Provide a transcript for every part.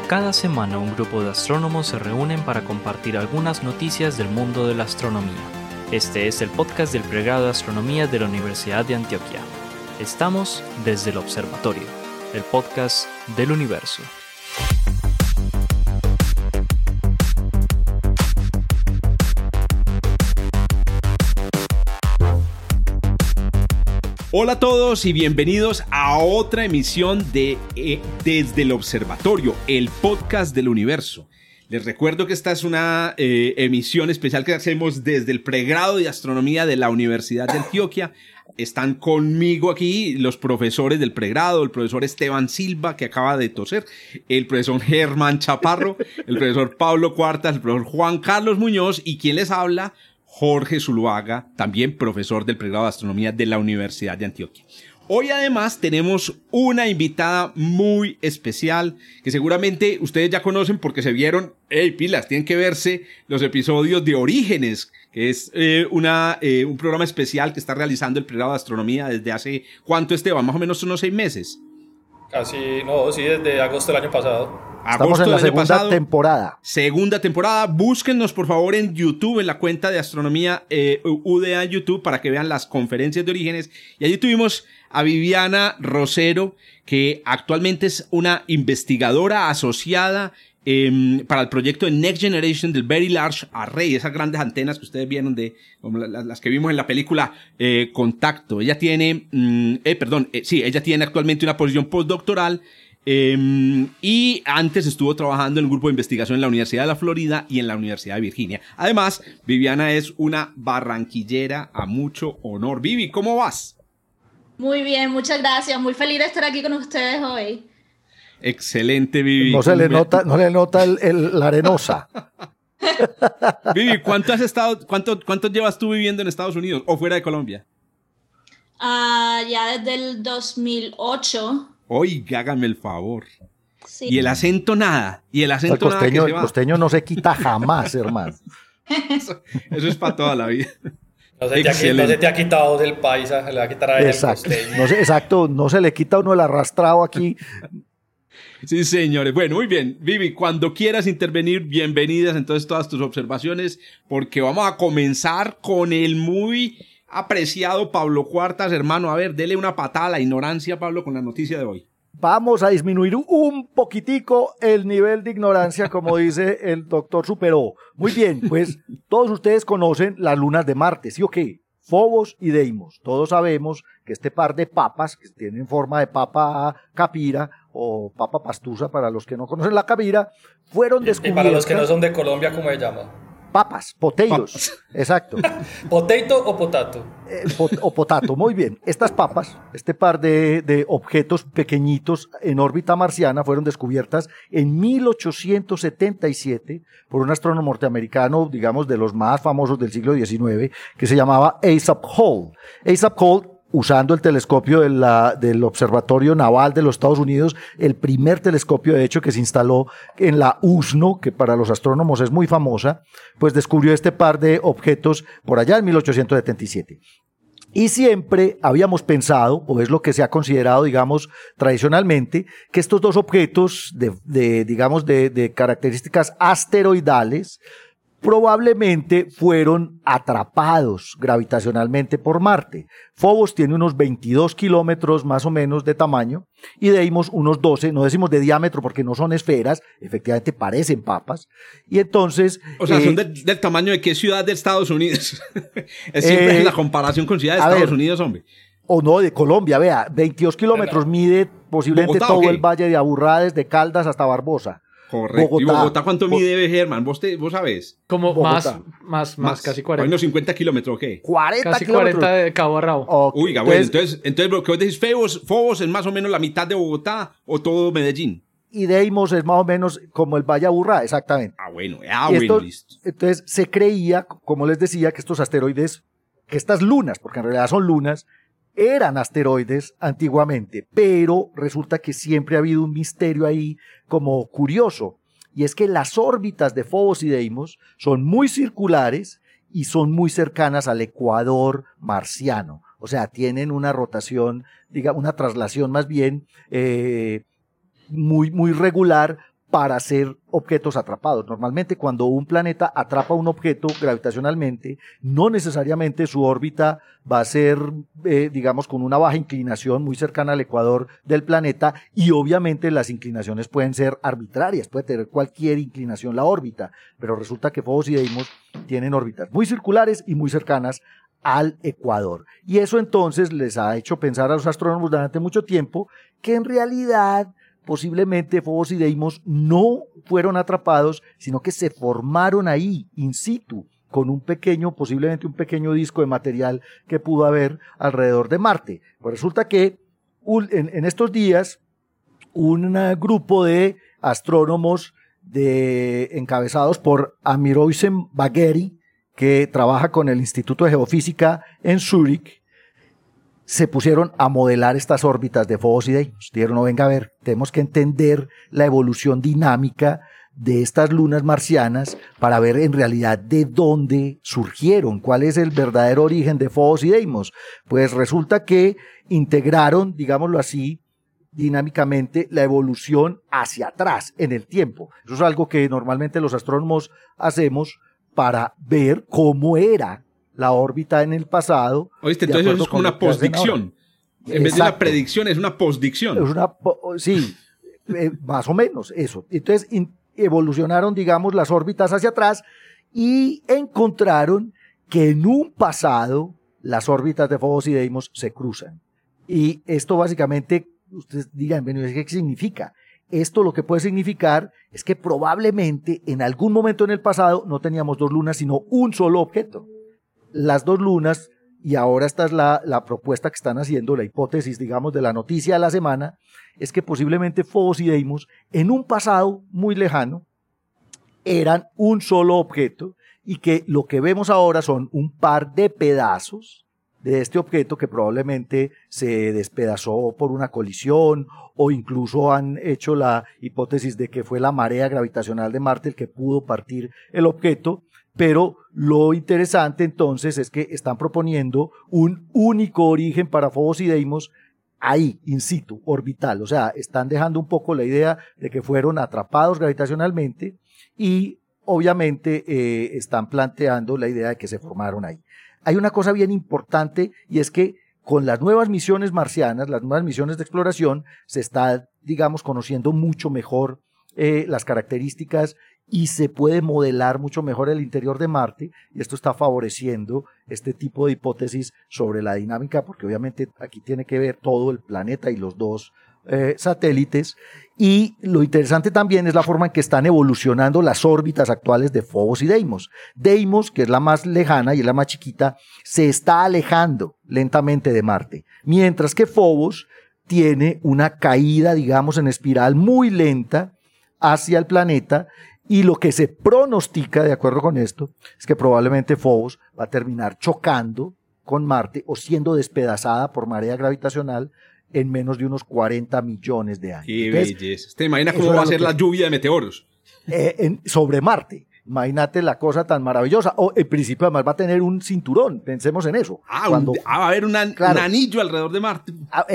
Cada semana un grupo de astrónomos se reúnen para compartir algunas noticias del mundo de la astronomía. Este es el podcast del pregrado de Astronomía de la Universidad de Antioquia. Estamos desde el Observatorio, el podcast del universo. Hola a todos y bienvenidos a otra emisión de Desde el Observatorio, el podcast del universo. Les recuerdo que esta es una emisión especial que hacemos desde el pregrado de Astronomía de la Universidad de Antioquia. Están conmigo aquí los profesores del pregrado, el profesor Esteban Silva, que acaba de toser, el profesor Germán Chaparro, el profesor Pablo Cuartas, el profesor Juan Carlos Muñoz y quien les habla, Jorge Zuluaga, también profesor del pregrado de Astronomía de la Universidad de Antioquia. Hoy además tenemos una invitada muy especial que seguramente ustedes ya conocen porque se vieron, pilas, tienen que verse los episodios de Orígenes, que es un programa especial que está realizando el pregrado de Astronomía desde hace, ¿cuánto, Esteban? Más o menos unos 6 meses. Sí, desde agosto del año pasado. Estamos en la segunda temporada. Segunda temporada. Búsquennos, por favor, en YouTube, en la cuenta de Astronomía UDA en YouTube, para que vean las conferencias de Orígenes. Y allí tuvimos a Viviana Rosero, que actualmente es una investigadora asociada para el proyecto de Next Generation del Very Large Array, esas grandes antenas que ustedes vieron como las que vimos en la película Contacto. Ella tiene, ella tiene actualmente una posición postdoctoral y antes estuvo trabajando en un grupo de investigación en la Universidad de la Florida y en la Universidad de Virginia. Además, Viviana es una barranquillera a mucho honor. Vivi, ¿cómo vas? Muy bien, muchas gracias. Muy feliz de estar aquí con ustedes hoy. Excelente, Vivi. No le nota la arenosa. Vivi, ¿cuánto llevas tú viviendo en Estados Unidos o fuera de Colombia? Ya desde el 2008. Oiga, hágame el favor. Sí. Y el acento nada. El costeño no se quita jamás, hermano. Eso es para toda la vida. No se te ha quitado del paisa, se le va a quitar a él. Exacto. No se le quita uno el arrastrado aquí. Sí, señores. Bueno, muy bien. Vivi, cuando quieras intervenir, bienvenidas entonces todas tus observaciones, porque vamos a comenzar con el muy apreciado Pablo Cuartas. Hermano, a ver, dele una patada a la ignorancia, Pablo, con la noticia de hoy. Vamos a disminuir un poquitico el nivel de ignorancia, como dice el doctor Superó. Muy bien, pues todos ustedes conocen las lunas de Marte, ¿sí o qué? Fobos y Deimos. Todos sabemos que este par de papas, que tienen forma de papa capira o papa pastusa para los que no conocen la capira, fueron descubiertas. Y para los que no son de Colombia, ¿cómo se llama? Papas, potatoes, exacto. ¿Potato o potato? O potato, muy bien. Estas papas, este par de objetos pequeñitos en órbita marciana fueron descubiertas en 1877 por un astrónomo norteamericano, digamos, de los más famosos del siglo XIX, que se llamaba Asa Hall. Asa Hall, usando el telescopio del Observatorio Naval de los Estados Unidos, el primer telescopio de hecho que se instaló en la USNO, que para los astrónomos es muy famosa, pues descubrió este par de objetos por allá en 1877. Y siempre habíamos pensado, o es lo que se ha considerado, digamos, tradicionalmente, que estos dos objetos de características asteroidales probablemente fueron atrapados gravitacionalmente por Marte. Phobos tiene unos 22 kilómetros más o menos de tamaño y Deimos unos 12, no decimos de diámetro porque no son esferas, efectivamente parecen papas. Y entonces... O sea, ¿son del tamaño de qué ciudad de Estados Unidos? Es siempre la comparación con ciudades de Estados Unidos, hombre. O no, de Colombia, vea, 22 kilómetros mide posiblemente Bogotá, todo ¿okay? El Valle de Aburrá, desde Caldas hasta Barbosa. Correcto. Bogotá. ¿Y Bogotá cuánto mide, Germán? ¿Vos sabés? Como Bogotá. más, casi 40. Unos 50 kilómetros, ¿o qué? 40 casi kilómetros. 40 de Cabo a Rabo. Okay. Uy, bueno, entonces lo que vos decís, Phobos es más o menos la mitad de Bogotá o todo Medellín. Y Deimos es más o menos como el Valle Aburrá, exactamente. Bueno, listo. Entonces se creía, como les decía, que estos asteroides, que estas lunas, porque en realidad son lunas, eran asteroides antiguamente, pero resulta que siempre ha habido un misterio ahí como curioso, y es que las órbitas de Phobos y Deimos son muy circulares y son muy cercanas al ecuador marciano, o sea, tienen una rotación, una traslación más bien muy, muy regular para ser objetos atrapados. Normalmente cuando un planeta atrapa un objeto gravitacionalmente, no necesariamente su órbita va a ser, digamos, con una baja inclinación muy cercana al ecuador del planeta, y obviamente las inclinaciones pueden ser arbitrarias, puede tener cualquier inclinación la órbita, pero resulta que Phobos y Deimos tienen órbitas muy circulares y muy cercanas al ecuador. Y eso entonces les ha hecho pensar a los astrónomos durante mucho tiempo que en realidad posiblemente Phobos y Deimos no fueron atrapados, sino que se formaron ahí, in situ, con posiblemente un pequeño disco de material que pudo haber alrededor de Marte. Pues resulta que en estos días un grupo de astrónomos encabezados por Amiroisen Bagheri, que trabaja con el Instituto de Geofísica en Zúrich, se pusieron a modelar estas órbitas de Phobos y Deimos. Dijeron, no, venga a ver, tenemos que entender la evolución dinámica de estas lunas marcianas para ver en realidad de dónde surgieron, cuál es el verdadero origen de Phobos y Deimos. Pues resulta que integraron, digámoslo así, dinámicamente la evolución hacia atrás en el tiempo. Eso es algo que normalmente los astrónomos hacemos para ver cómo era la órbita en el pasado. Oíste, entonces eso es como una postdicción. En vez de una predicción, es una postdicción. Sí, más o menos eso. Entonces evolucionaron, digamos, las órbitas hacia atrás y encontraron que en un pasado las órbitas de Phobos y Deimos se cruzan. Y esto básicamente, ustedes dirán, bueno, ¿qué significa? Esto lo que puede significar es que probablemente en algún momento en el pasado no teníamos dos lunas, sino un solo objeto. Las dos lunas, y ahora esta es la propuesta que están haciendo, la hipótesis, digamos, de la noticia de la semana, es que posiblemente Phobos y Deimos, en un pasado muy lejano, eran un solo objeto, y que lo que vemos ahora son un par de pedazos de este objeto que probablemente se despedazó por una colisión, o incluso han hecho la hipótesis de que fue la marea gravitacional de Marte el que pudo partir el objeto. Pero lo interesante entonces es que están proponiendo un único origen para Phobos y Deimos ahí, in situ, orbital. O sea, están dejando un poco la idea de que fueron atrapados gravitacionalmente y obviamente están planteando la idea de que se formaron ahí. Hay una cosa bien importante, y es que con las nuevas misiones marcianas, las nuevas misiones de exploración, se está, digamos, conociendo mucho mejor las características y se puede modelar mucho mejor el interior de Marte, y esto está favoreciendo este tipo de hipótesis sobre la dinámica, porque obviamente aquí tiene que ver todo el planeta y los dos satélites. Y lo interesante también es la forma en que están evolucionando las órbitas actuales de Phobos y Deimos. Deimos, que es la más lejana y es la más chiquita, se está alejando lentamente de Marte, mientras que Phobos tiene una caída, digamos, en espiral muy lenta hacia el planeta, y lo que se pronostica, de acuerdo con esto, es que probablemente Phobos va a terminar chocando con Marte o siendo despedazada por marea gravitacional en menos de unos 40 millones de años. ¡Qué belleza! ¿Te imaginas cómo va a ser la lluvia de meteoros? Sobre Marte. Imagínate la cosa tan maravillosa. O en principio además va a tener un cinturón, pensemos en eso. Va a haber un anillo alrededor de Marte.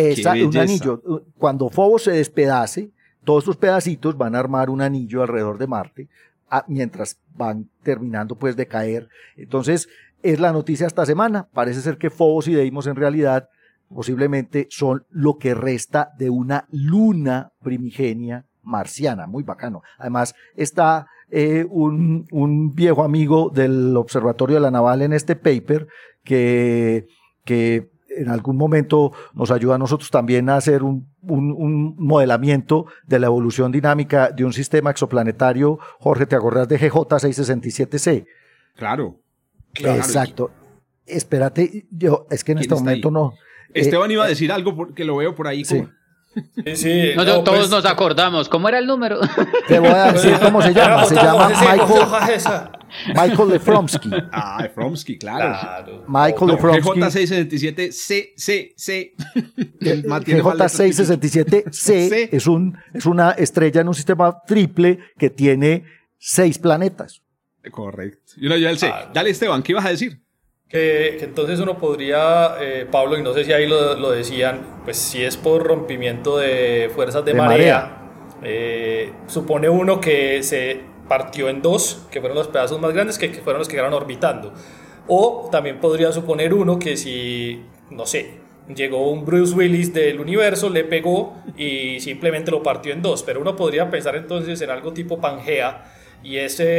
Un anillo. Cuando Phobos se despedace, todos estos pedacitos van a armar un anillo alrededor de Marte, mientras van terminando pues de caer. Entonces, es la noticia esta semana. Parece ser que Phobos y Deimos en realidad posiblemente son lo que resta de una luna primigenia marciana. Muy bacano. Además, está un viejo amigo del Observatorio de la Naval en este paper que en algún momento nos ayuda a nosotros también a hacer un modelamiento de la evolución dinámica de un sistema exoplanetario. Jorge, ¿te acordás de GJ667c? Claro. Exacto. Espérate, es que en este momento no. Esteban iba a decir algo porque lo veo por ahí. Sí. Sí. Todos nos acordamos. ¿Cómo era el número? Te voy a decir cómo se llama. Se llama Michael Lefromsky. Lefromsky, claro. Michael Lefromsky. GJ667C. El GJ667C es una estrella en un sistema triple que tiene 6 planetas. Correcto. Y uno ya el C. Dale, Esteban, ¿qué ibas a decir? Que entonces uno podría, Pablo, y no sé si ahí lo decían, pues si es por rompimiento de fuerzas de marea, Supone uno que se partió en dos, que fueron los pedazos más grandes, que fueron los que quedaron orbitando. O también podría suponer uno que si, no sé, llegó un Bruce Willis del universo, le pegó y simplemente lo partió en dos. Pero uno podría pensar entonces en algo tipo Pangea, y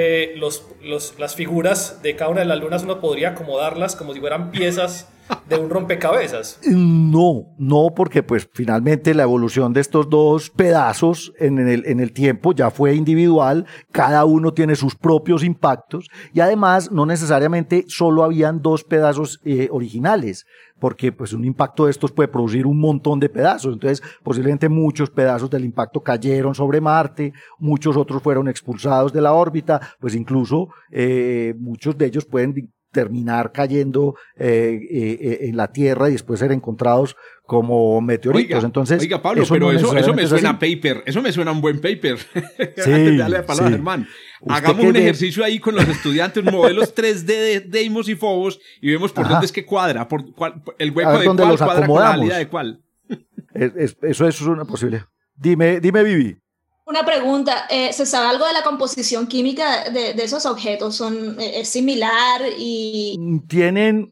las figuras de cada una de las lunas uno podría acomodarlas como si fueran piezas de un rompecabezas. No, porque pues finalmente la evolución de estos dos pedazos en el tiempo ya fue individual, cada uno tiene sus propios impactos y además no necesariamente solo habían dos pedazos originales, porque pues un impacto de estos puede producir un montón de pedazos, entonces posiblemente muchos pedazos del impacto cayeron sobre Marte, muchos otros fueron expulsados de la órbita, pues incluso muchos de ellos pueden terminar cayendo en la Tierra y después ser encontrados como meteoritos. Entonces, oiga, Pablo, pero eso me suena a paper, eso me suena a un buen paper. Sí, antes de darle la palabra a Germán. Hagamos un ejercicio ahí con los estudiantes, modelos 3D de Deimos y Phobos, y vemos por dónde es que cuadra, el hueco de cuál cuadra con la salida de cuál. Eso es una posibilidad. Dime, Vivi. Una pregunta, ¿se sabe algo de la composición química de esos objetos? ¿Es similar y...? Tienen...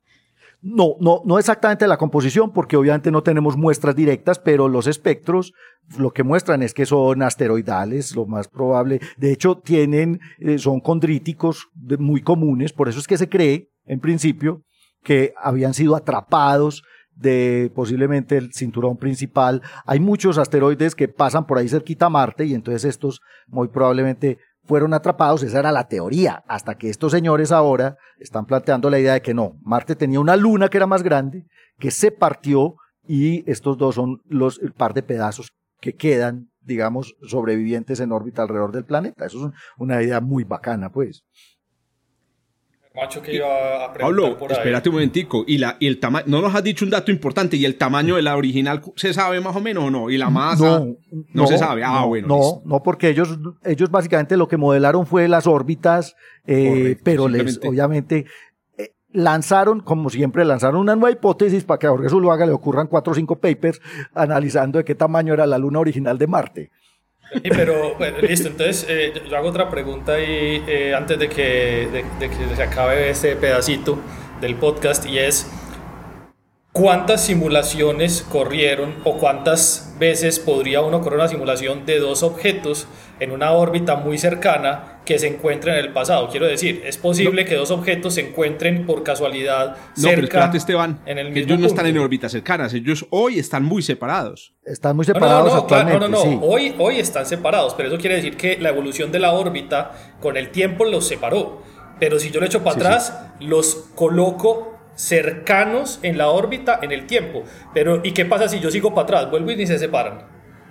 No exactamente la composición, porque obviamente no tenemos muestras directas, pero los espectros lo que muestran es que son asteroidales, lo más probable. De hecho, son condríticos muy comunes, por eso es que se cree, en principio, que habían sido atrapados de posiblemente el cinturón principal. Hay muchos asteroides que pasan por ahí cerquita a Marte y entonces estos muy probablemente fueron atrapados. Esa era la teoría, hasta que estos señores ahora están planteando la idea de que no, Marte tenía una luna que era más grande, que se partió y estos dos son el par de pedazos que quedan, digamos, sobrevivientes en órbita alrededor del planeta. Eso es una idea muy bacana, pues. Macho que iba a Pablo, por ahí. espérate un momentico. Y el tamaño, no nos has dicho un dato importante. ¿Y el tamaño de la original se sabe más o menos o no? ¿Y la masa? No se sabe. No, porque ellos básicamente lo que modelaron fue las órbitas, correcto, pero obviamente lanzaron una nueva hipótesis para que a Jorge Zuluaga le ocurran 4 o 5 papers analizando de qué tamaño era la luna original de Marte. Pero bueno, listo, entonces yo hago otra pregunta ahí antes de que se acabe este pedacito del podcast, y es ¿cuántas simulaciones corrieron o cuántas veces podría uno correr una simulación de dos objetos en una órbita muy cercana que se encuentren en el pasado? Quiero decir, ¿es posible que dos objetos se encuentren por casualidad cerca? Pero espérate, Esteban, en el que ellos no están en órbitas cercanas, ellos hoy están muy separados. Están muy separados actualmente. Sí. Hoy están separados, pero eso quiere decir que la evolución de la órbita con el tiempo los separó. Pero si yo le echo para atrás, los coloco cercanos en la órbita en el tiempo. Pero ¿y qué pasa si yo sigo para atrás? Vuelvo y ni se separan.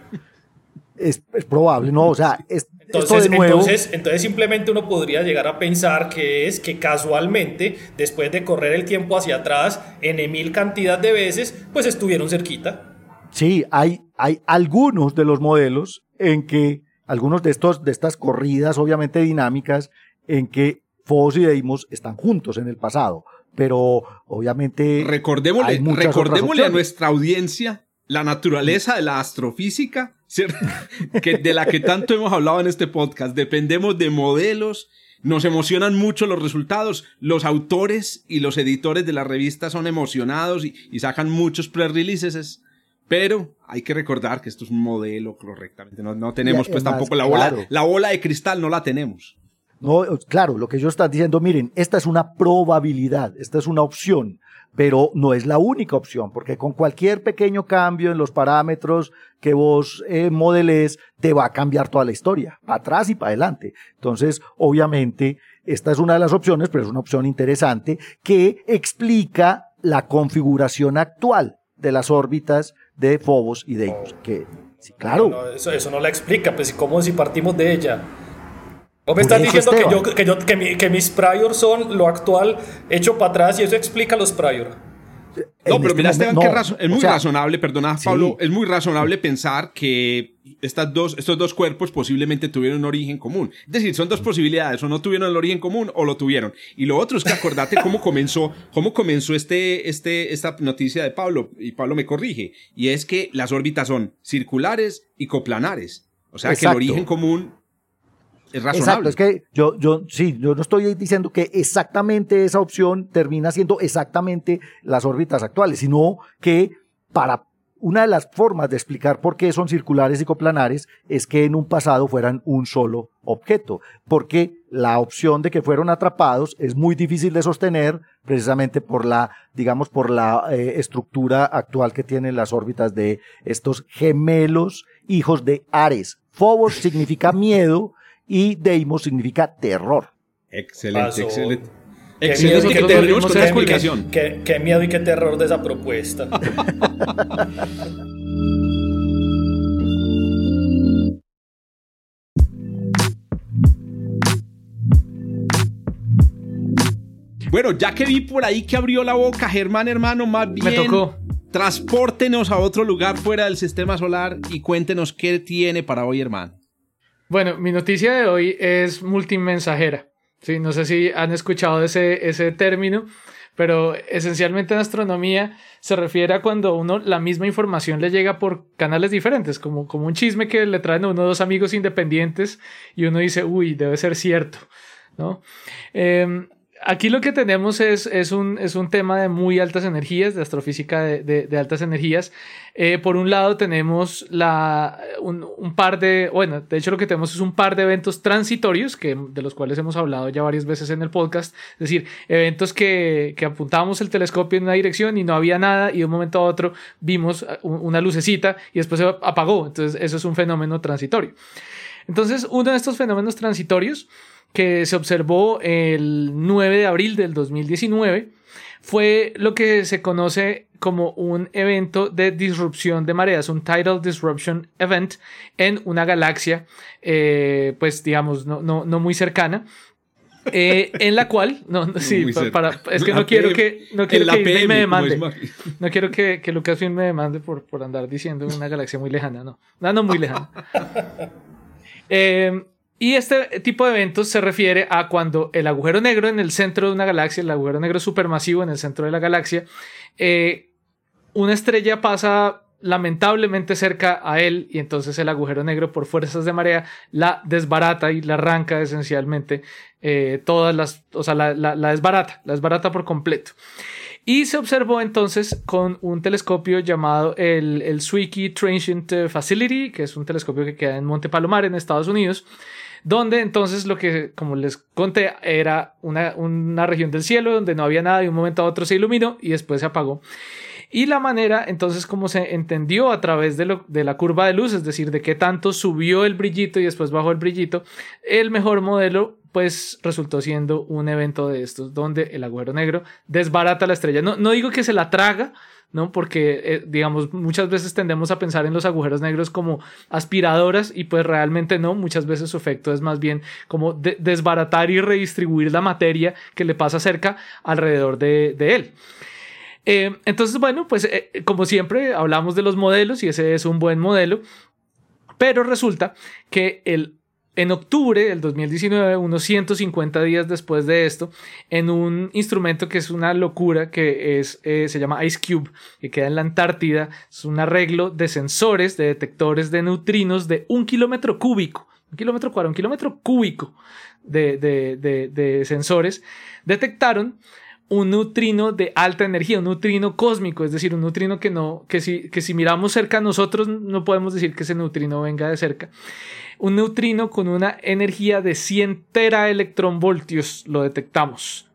Es probable, ¿no? O sea, entonces simplemente uno podría llegar a pensar que casualmente, después de correr el tiempo hacia atrás en 1000 cantidad de veces, pues estuvieron cerquita. Sí, hay algunos de los modelos en que, algunos de estas corridas obviamente dinámicas, en que Phobos y Deimos están juntos en el pasado. Pero obviamente recordémosle a nuestra audiencia la naturaleza de la astrofísica, de la que tanto hemos hablado en este podcast. Dependemos de modelos, nos emocionan mucho los resultados, los autores y los editores de la revista son emocionados y sacan muchos pre-releases, pero hay que recordar que esto es un modelo correctamente, no tenemos tampoco la bola de cristal, no la tenemos. No, claro, lo que ellos están diciendo, miren, esta es una probabilidad, esta es una opción, pero no es la única opción, porque con cualquier pequeño cambio en los parámetros que vos modelés, te va a cambiar toda la historia, para atrás y para adelante. Entonces, obviamente, esta es una de las opciones, pero es una opción interesante que explica la configuración actual de las órbitas de Phobos y Deimos. Que, sí, claro. No, eso no la explica, pues, ¿cómo si partimos de ella? ¿O me estás diciendo que mis priors son lo actual hecho para atrás y eso explica los priors? No, pero mira, Esteban, es muy razonable, perdona, Pablo, es muy razonable pensar que estos dos cuerpos posiblemente tuvieron un origen común. Es decir, son dos posibilidades, o no tuvieron el origen común o lo tuvieron. Y lo otro es que acordate cómo comenzó esta noticia de Pablo, y Pablo me corrige, y es que las órbitas son circulares y coplanares. O sea, Exacto. que el origen común es razonable. Exacto, es que yo no estoy diciendo que exactamente esa opción termina siendo exactamente las órbitas actuales, sino que para una de las formas de explicar por qué son circulares y coplanares es que en un pasado fueran un solo objeto, porque la opción de que fueron atrapados es muy difícil de sostener precisamente por la estructura actual que tienen las órbitas de estos gemelos hijos de Ares. Phobos significa miedo y Deimos significa terror. Excelente, Pasó. excelente. Qué Excelente que miedo, terminemos con qué- esa qué- explicación. Qué miedo y qué terror de esa propuesta. Bueno, ya que vi por ahí que abrió la boca, Germán, hermano, más bien Me tocó. transpórtenos a otro lugar fuera del sistema solar y cuéntenos qué tiene para hoy, hermano. Bueno, mi noticia de hoy es multimensajera. Sí, no sé si han escuchado ese término, pero esencialmente en astronomía se refiere a cuando uno la misma información le llega por canales diferentes, como un chisme que le traen a uno dos amigos independientes y uno dice, uy, debe ser cierto, ¿no? Aquí lo que tenemos es un tema de muy altas energías, de astrofísica de altas energías. Por un lado tenemos un par de, bueno, de hecho lo que tenemos es un par de eventos transitorios, de los cuales hemos hablado ya varias veces en el podcast, es decir, eventos que apuntábamos el telescopio en una dirección y no había nada y de un momento a otro vimos una lucecita y después se apagó. Entonces eso es un fenómeno transitorio. Entonces uno de estos fenómenos transitorios que se observó el 9 de abril del 2019 fue lo que se conoce como un evento de disrupción de mareas, un tidal disruption event en una galaxia, pues digamos, no muy cercana. En la cual, es que no quiero que Disney me demande. No quiero que Lucasfilm me demande por andar diciendo una galaxia muy lejana, no muy lejana. Y este tipo de eventos se refiere a cuando el agujero negro en el centro de una galaxia, el agujero negro supermasivo en el centro de la galaxia, una estrella pasa lamentablemente cerca a él y entonces el agujero negro por fuerzas de marea la desbarata y la arranca esencialmente la desbarata por completo. Y se observó entonces con un telescopio llamado el Zwicky Transient Facility, que es un telescopio que queda en Monte Palomar en Estados Unidos, donde entonces lo que, como les conté, era una región del cielo donde no había nada y de un momento a otro se iluminó y después se apagó. Y la manera, entonces, como se entendió a través de la curva de luz, es decir, de qué tanto subió el brillito y después bajó el brillito, el mejor modelo, pues, resultó siendo un evento de estos, donde el agujero negro desbarata la estrella. No digo que se la traga, ¿no? Porque, digamos, muchas veces tendemos a pensar en los agujeros negros como aspiradoras y pues realmente no. Muchas veces su efecto es más bien como desbaratar y redistribuir la materia que le pasa cerca alrededor de él. Entonces, bueno, pues como siempre hablamos de los modelos y ese es un buen modelo, pero resulta que en octubre del 2019, unos 150 días después de esto, en un instrumento que es una locura, que se llama IceCube, que queda en la Antártida, es un arreglo de sensores, de detectores de neutrinos de 1 kilómetro cúbico, 1 kilómetro cuadrado, 1 kilómetro cúbico de sensores, detectaron un neutrino de alta energía, un neutrino cósmico, es decir, un neutrino que si miramos cerca a nosotros no podemos decir que ese neutrino venga de cerca. Un neutrino con una energía de 100 teraelectronvoltios lo detectamos.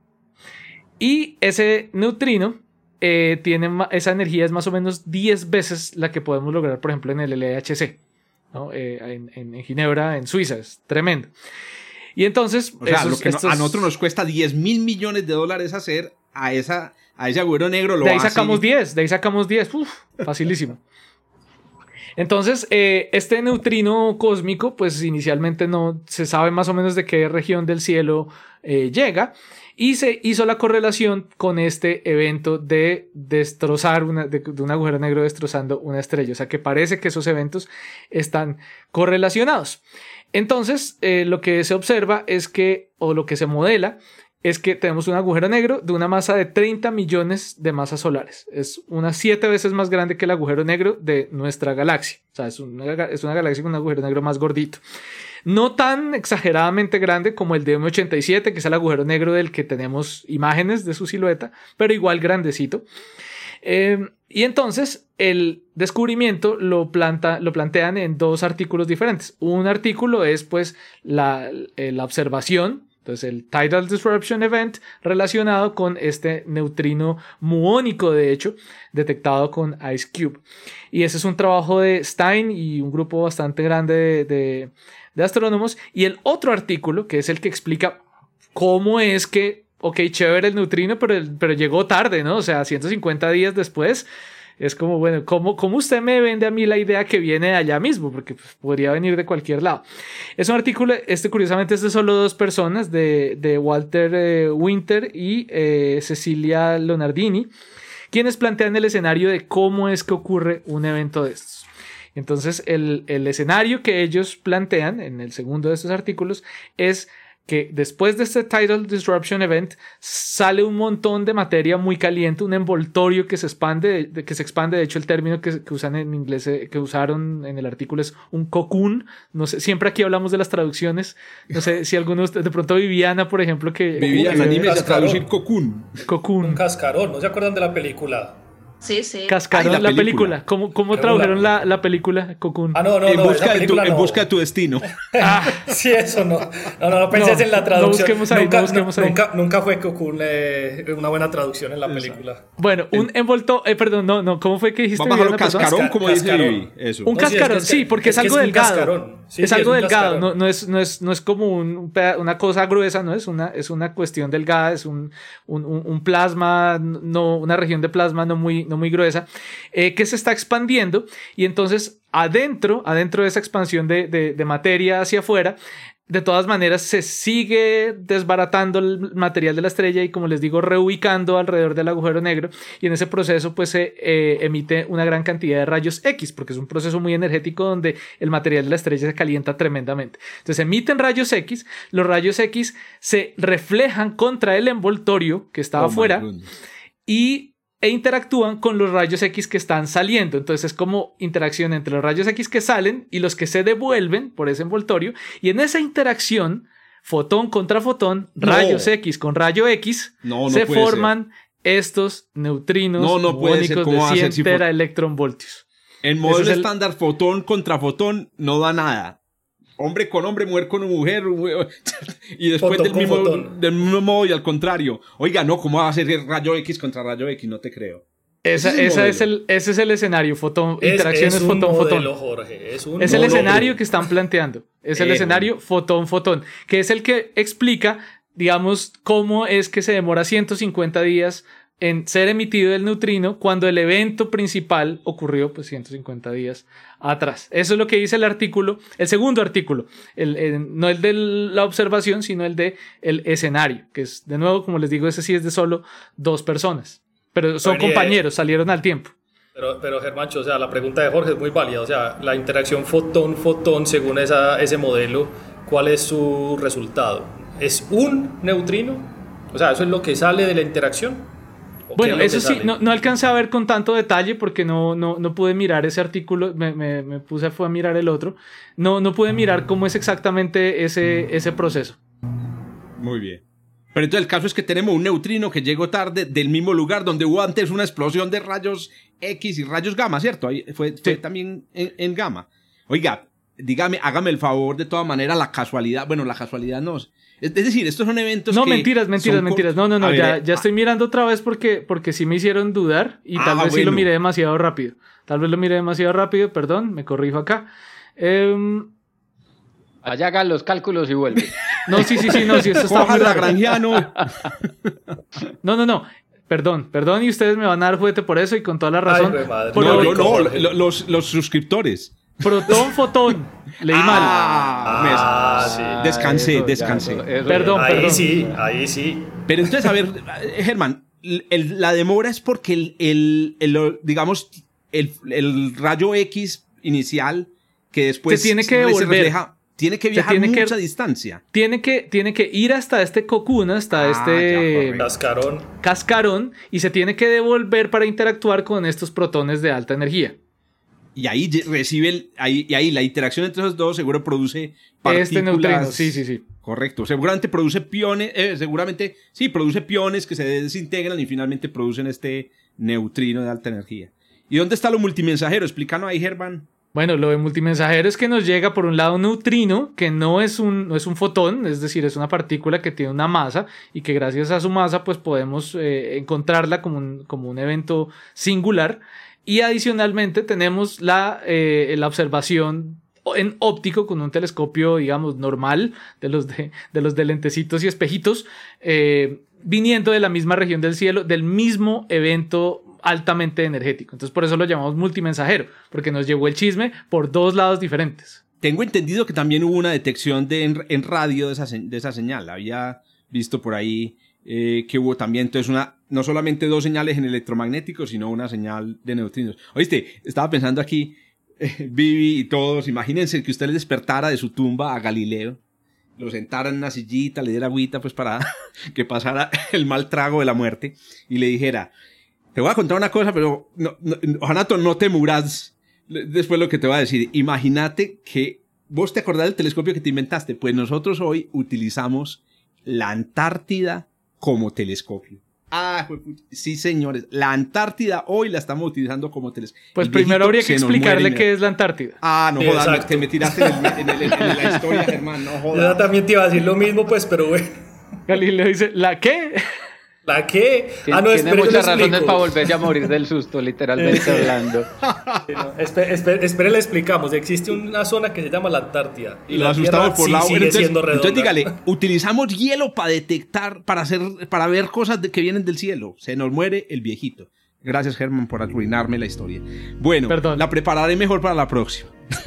Y ese neutrino esa energía es más o menos 10 veces la que podemos lograr, por ejemplo, en el LHC, ¿no? En Ginebra, en Suiza, es tremendo. Y entonces, o sea, a nosotros nos cuesta $10,000 millones hacer a ese agujero negro. De ahí sacamos 10, facilísimo. Entonces, este neutrino cósmico, pues inicialmente no se sabe más o menos de qué región del cielo llega, y se hizo la correlación con este evento de destrozar de un agujero negro destrozando una estrella. O sea, que parece que esos eventos están correlacionados. Entonces, lo que se observa es que, o lo que se modela, es que tenemos un agujero negro de una masa de 30 millones de masas solares. Es unas 7 veces más grande que el agujero negro de nuestra galaxia. O sea, es una galaxia con un agujero negro más gordito. No tan exageradamente grande como el de M87, que es el agujero negro del que tenemos imágenes de su silueta, pero igual grandecito. Y entonces el descubrimiento lo plantean en 2 artículos diferentes. Un artículo es pues la observación, entonces el Tidal Disruption Event relacionado con este neutrino muónico, de hecho, detectado con IceCube. Y ese es un trabajo de Stein y un grupo bastante grande de astrónomos. Y el otro artículo, que es el que explica cómo es que, ok, chévere el neutrino, pero llegó tarde, ¿no? O sea, 150 días después. Es como, bueno, ¿cómo usted me vende a mí la idea que viene de allá mismo? Porque pues, podría venir de cualquier lado. Es un artículo, curiosamente es de solo 2 personas, de Walter Winter y Cecilia Lonardini, quienes plantean el escenario de cómo es que ocurre un evento de estos. Entonces, el escenario que ellos plantean en el segundo de estos artículos es que después de este Tidal Disruption Event sale un montón de materia muy caliente, un envoltorio que se expande. De hecho, el término que usan en inglés, que usaron en el artículo es un cocoon. No sé, siempre aquí hablamos de las traducciones. No sé si alguno de ustedes, de pronto Viviana, por ejemplo, Viviana, anímese a traducir cocoon. Un cascarón, ¿no se acuerdan de la película? Sí, sí. Cascarón, la película. ¿Cómo tradujeron la película Cocoon? No, en busca de tu destino. Sí, eso no. No penses en la traducción. No busquemos ahí. Nunca fue Cocoon una buena traducción en la película. Bueno, un envolto... perdón, no. ¿Cómo fue que dijiste? Vamos a cascarón, como dice Vivi. Eso. Un cascarón, sí, porque es algo delgado. Es algo delgado. No es como una cosa gruesa, no es una cuestión delgada, es un plasma, una región de plasma no muy gruesa, que se está expandiendo, y entonces adentro de esa expansión de materia hacia afuera, de todas maneras se sigue desbaratando el material de la estrella y, como les digo, reubicando alrededor del agujero negro, y en ese proceso pues se emite una gran cantidad de rayos X, porque es un proceso muy energético donde el material de la estrella se calienta tremendamente. Entonces emiten rayos X, los rayos X se reflejan contra el envoltorio que estaba afuera e interactúan con los rayos X que están saliendo. Entonces es como interacción entre los rayos X que salen y los que se devuelven por ese envoltorio, y en esa interacción, fotón contra fotón, rayos X con rayo X, se forman estos neutrinos muónicos de 100 teraelectronvoltios. En modelo estándar, fotón contra fotón no da nada. Hombre con hombre, mujer con mujer, y después del mismo modo, y al contrario. Oiga, no, ¿cómo va a ser rayo X contra rayo X? No te creo. Ese es el escenario, interacciones fotón-fotón. Es el escenario que están planteando. Es el escenario fotón-fotón, que es el que explica, digamos, cómo es que se demora 150 días en ser emitido el neutrino cuando el evento principal ocurrió pues 150 días atrás. Eso es lo que dice el artículo, el segundo artículo, no el de la observación, sino el de el escenario, que es, de nuevo, como les digo, ese sí es de solo 2 personas, pero son compañeros, salieron al tiempo. Pero Germancho, o sea, la pregunta de Jorge es muy válida, o sea, la interacción fotón-fotón según ese modelo, ¿cuál es su resultado? ¿Es un neutrino? O sea, ¿eso es lo que sale de la interacción? Bueno, eso sí, no alcancé a ver con tanto detalle porque no pude mirar ese artículo, fue a mirar el otro. No pude mirar cómo es exactamente ese proceso. Muy bien. Pero entonces el caso es que tenemos un neutrino que llegó tarde del mismo lugar donde hubo antes una explosión de rayos X y rayos gamma, ¿cierto? Ahí fue también en gamma. Oiga, dígame, hágame el favor, de todas maneras, la casualidad no... Es decir, estos son eventos que... Mentiras. No, ya estoy mirando otra vez porque sí me hicieron dudar y tal vez sí lo miré demasiado rápido. Perdón, me corrijo acá. Allá hagan los cálculos y vuelve. Sí, esto está muy lagrangiano. No. Perdón, y ustedes me van a dar juguete por eso y con toda la razón. Los suscriptores. Protón-fotón. Leí mal. Sí. Descansé. Perdón. Ahí sí. Pero entonces, a ver, Germán, la demora es porque digamos, el rayo X inicial que después se tiene que devolver. tiene que viajar mucha distancia. Tiene que ir hasta este cocoon, hasta este cascarón, y se tiene que devolver para interactuar con estos protones de alta energía. Y ahí recibe, ahí la interacción entre esos dos seguro produce partículas. Este neutrino, sí. Correcto, seguramente produce piones, produce piones que se desintegran y finalmente producen este neutrino de alta energía. ¿Y dónde está lo multimensajero? Explícanos ahí, Germán. Bueno, lo de multimensajero es que nos llega por un lado un neutrino, que no es un fotón, es decir, es una partícula que tiene una masa y que gracias a su masa pues podemos encontrarla como un evento singular. Y adicionalmente tenemos la observación en óptico con un telescopio, digamos, normal, de los de lentecitos y espejitos, viniendo de la misma región del cielo, del mismo evento altamente energético. Entonces por eso lo llamamos multimensajero, porque nos llegó el chisme por dos lados diferentes. Tengo entendido que también hubo una detección en radio de esa señal. Había visto por ahí que hubo también entonces no solamente dos señales en electromagnéticos, sino una señal de neutrinos. Oíste, estaba pensando aquí, Vivi y todos, imagínense que usted le despertara de su tumba a Galileo, lo sentara en una sillita, le diera agüita pues para que pasara el mal trago de la muerte y le dijera: te voy a contar una cosa, pero ojalá no te muras después lo que te voy a decir. Imagínate que vos te acordás del telescopio que te inventaste. Pues nosotros hoy utilizamos la Antártida como telescopio. Sí, señores. La Antártida hoy la estamos utilizando como telescopio. Pues primero habría que explicarle qué es la Antártida. No jodas, te me tiraste en la historia, Germán. No jodas. Yo también te iba a decir lo mismo, pues, pero bueno. Galileo dice, ¿la qué? ¿La qué? Tiene muchas razones para volverse a morir del susto, literalmente hablando. Espere, le explicamos. Existe una zona que se llama la Antártida. Y lo asustamos por la agua. Sigue siendo redonda. Entonces dígale, utilizamos hielo para detectar, para ver cosas que vienen del cielo. Se nos muere el viejito. Gracias, Germán, por arruinarme la historia. Bueno, perdón. La prepararé mejor para la próxima.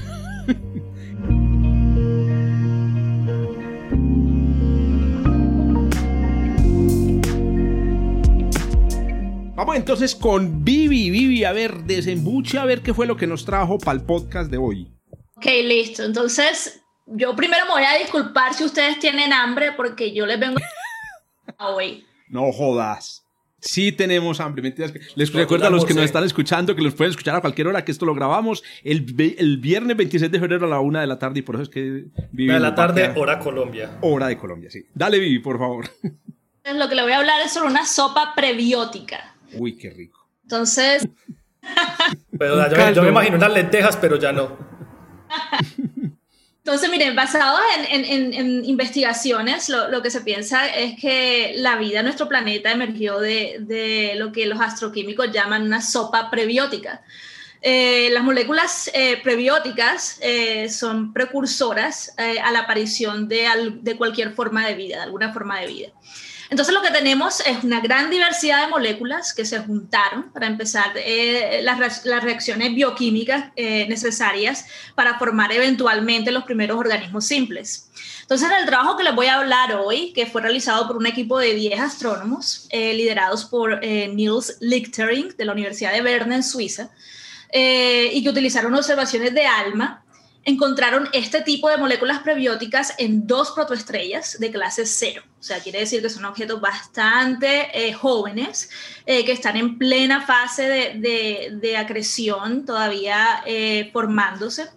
Vamos entonces con Vivi, a ver, desembuche a ver qué fue lo que nos trajo para el podcast de hoy. Ok, listo. Entonces, yo primero me voy a disculpar si ustedes tienen hambre porque yo les vengo hoy. No jodas. Sí tenemos hambre, mentiras. Les recuerdo a los que nos están escuchando que los pueden escuchar a cualquier hora, que esto lo grabamos el viernes 26 de febrero a la 1 de la tarde y por eso es que Vivi... de la tarde, hora Colombia. Hora de Colombia, sí. Dale, Vivi, por favor. Entonces, lo que le voy a hablar es sobre una sopa prebiótica. Uy, qué rico. Entonces... pero yo me imagino unas lentejas, pero ya no. Entonces, miren, basado en investigaciones, lo que se piensa es que la vida en nuestro planeta emergió de lo que los astroquímicos llaman una sopa prebiótica. Las moléculas prebióticas son precursoras a la aparición de cualquier forma de vida, de alguna forma de vida. Entonces lo que tenemos es una gran diversidad de moléculas que se juntaron para empezar las reacciones bioquímicas necesarias para formar eventualmente los primeros organismos simples. Entonces el trabajo que les voy a hablar hoy, que fue realizado por un equipo de 10 astrónomos liderados por Niels Lichtering de la Universidad de Berna en Suiza y que utilizaron observaciones de ALMA, encontraron este tipo de moléculas prebióticas en 2 protoestrellas de clase 0. O sea, quiere decir que son objetos bastante jóvenes, que están en plena fase de acreción, todavía formándose.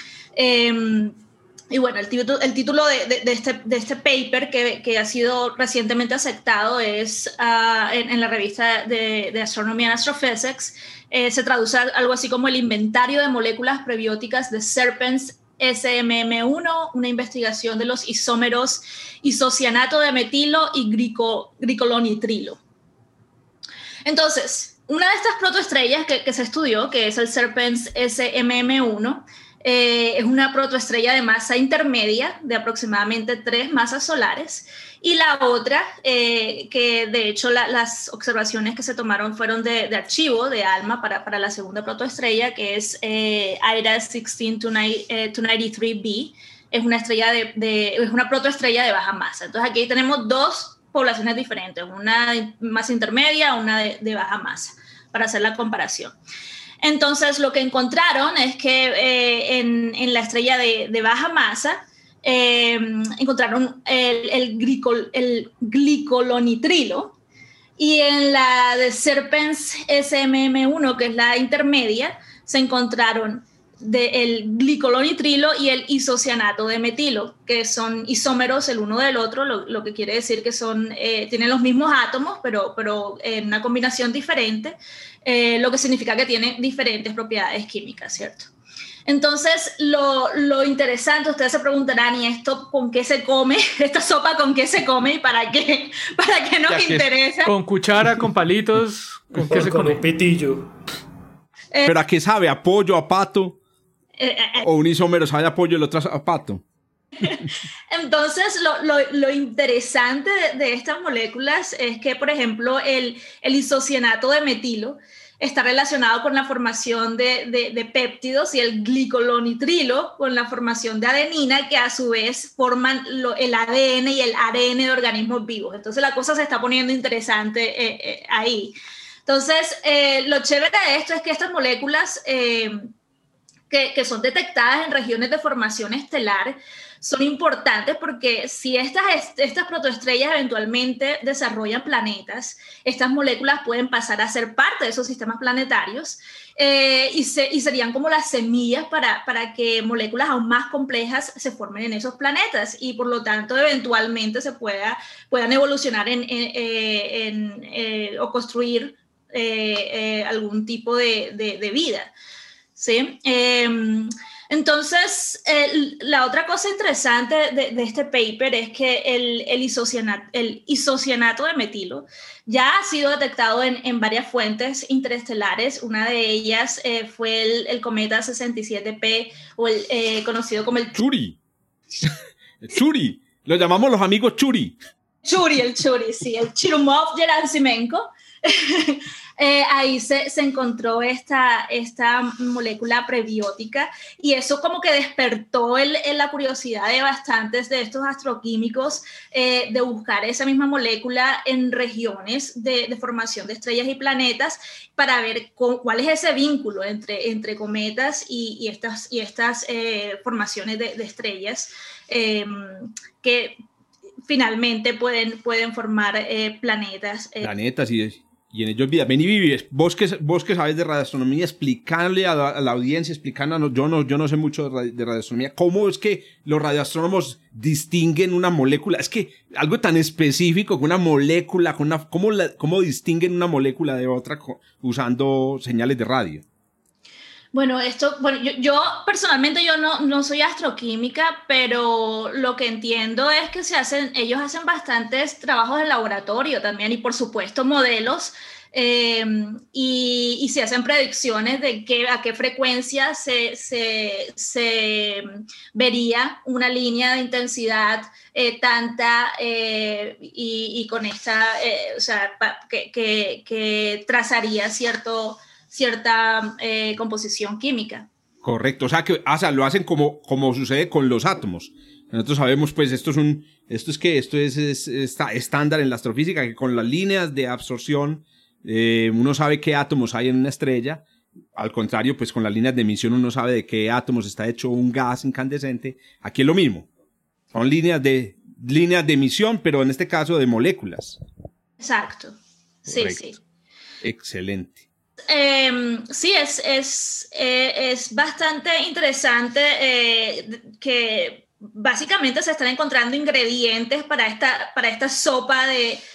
Y bueno, el título de este paper que ha sido recientemente aceptado es en la revista de Astronomy and Astrophysics. Se traduce algo así como el inventario de moléculas prebióticas de Serpens SMM1, una investigación de los isómeros isocianato de metilo y glicolonitrilo. Entonces, una de estas protoestrellas que se estudió, que es el Serpens SMM1, es una protoestrella de masa intermedia de aproximadamente 3 masas solares, y la otra, que de hecho las observaciones que se tomaron fueron de archivo de ALMA para la segunda protoestrella, que es IRAS 16293b, es una protoestrella de baja masa. Entonces aquí tenemos 2 poblaciones diferentes, una de masa intermedia, una de baja masa, para hacer la comparación. Entonces, lo que encontraron es que en la estrella de baja masa encontraron el glicolonitrilo, y en la de Serpens SMM1, que es la intermedia, se encontraron el glicolonitrilo y el isocianato de metilo, que son isómeros el uno del otro, lo que quiere decir que tienen los mismos átomos, pero en una combinación diferente, lo que significa que tienen diferentes propiedades químicas, ¿cierto? Entonces, lo interesante, ustedes se preguntarán, ¿y esto con qué se come? ¿Esta sopa con qué se come y para qué? ¿Para qué nos interesa? Con cuchara, con palitos, ¿con qué se come? Con un pitillo. ¿Pero a qué sabe? ¿A pollo, a pato? ¿O un isómero sabe a pollo y el otro a pato? Entonces, lo interesante de estas moléculas es que, por ejemplo, el isocianato de metilo está relacionado con la formación de péptidos, y el glicolonitrilo con la formación de adenina, que a su vez forman el ADN y el ARN de organismos vivos. Entonces la cosa se está poniendo interesante ahí. Entonces, lo chévere de esto es que estas moléculas que son detectadas en regiones de formación estelar son importantes, porque si estas protoestrellas eventualmente desarrollan planetas, estas moléculas pueden pasar a ser parte de esos sistemas planetarios, y serían como las semillas para que moléculas aún más complejas se formen en esos planetas, y por lo tanto eventualmente puedan evolucionar o construir algún tipo de vida, ¿sí? Entonces, la otra cosa interesante de este paper es que el isocianato de metilo ya ha sido detectado en varias fuentes interestelares. Una de ellas fue el cometa 67P, o conocido como el Churi. Churi. Lo llamamos los amigos Churi. El Churi, sí, el Churyumov-Gerasimenko. Ahí se encontró esta molécula prebiótica, y eso como que despertó la curiosidad de bastantes de estos astroquímicos de buscar esa misma molécula en regiones de formación de estrellas y planetas, para ver cuál es ese vínculo entre cometas y estas formaciones de estrellas que finalmente pueden formar planetas. Planetas y en ellos vida. Ven y vives. Vos que sabes de radioastronomía, explicarle a la audiencia, explicándonos, yo no sé mucho de radioastronomía, cómo es que los radioastrónomos distinguen una molécula. Es que algo tan específico que una molécula, ¿cómo distinguen una molécula de otra usando señales de radio? Bueno, yo personalmente no soy astroquímica, pero lo que entiendo es que ellos hacen bastantes trabajos de laboratorio también, y por supuesto modelos, y se hacen predicciones de a qué frecuencia se vería una línea de intensidad tanta, y con esta, que trazaría cierta composición química. Correcto, o sea, lo hacen como sucede con los átomos. Nosotros sabemos, pues, esto es estándar en la astrofísica, que con las líneas de absorción uno sabe qué átomos hay en una estrella. Al contrario, pues con las líneas de emisión uno sabe de qué átomos está hecho un gas incandescente. Aquí es lo mismo. Son líneas de emisión, pero en este caso de moléculas. Exacto. Correcto. Sí. Excelente. Sí, es bastante interesante que básicamente se están encontrando ingredientes para esta sopa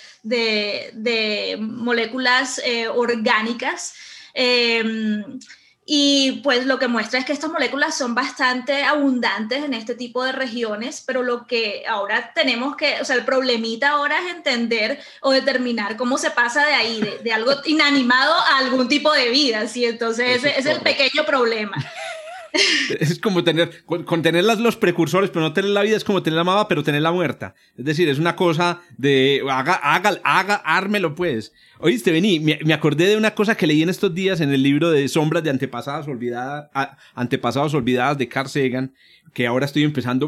de moléculas orgánicas, y pues lo que muestra es que estas moléculas son bastante abundantes en este tipo de regiones, pero lo que ahora el problemita ahora es entender o determinar cómo se pasa de ahí, de algo inanimado a algún tipo de vida, ¿sí? Entonces ese es el pequeño problema. Es como tener los precursores, pero no tener la vida, es como tener la amada, pero tener la muerta. Es decir, es una cosa de ármelo pues. Oíste, vení, me acordé de una cosa que leí en estos días en el libro de Sombras de Antepasadas Olvidadas de Carl Sagan, que ahora estoy empezando.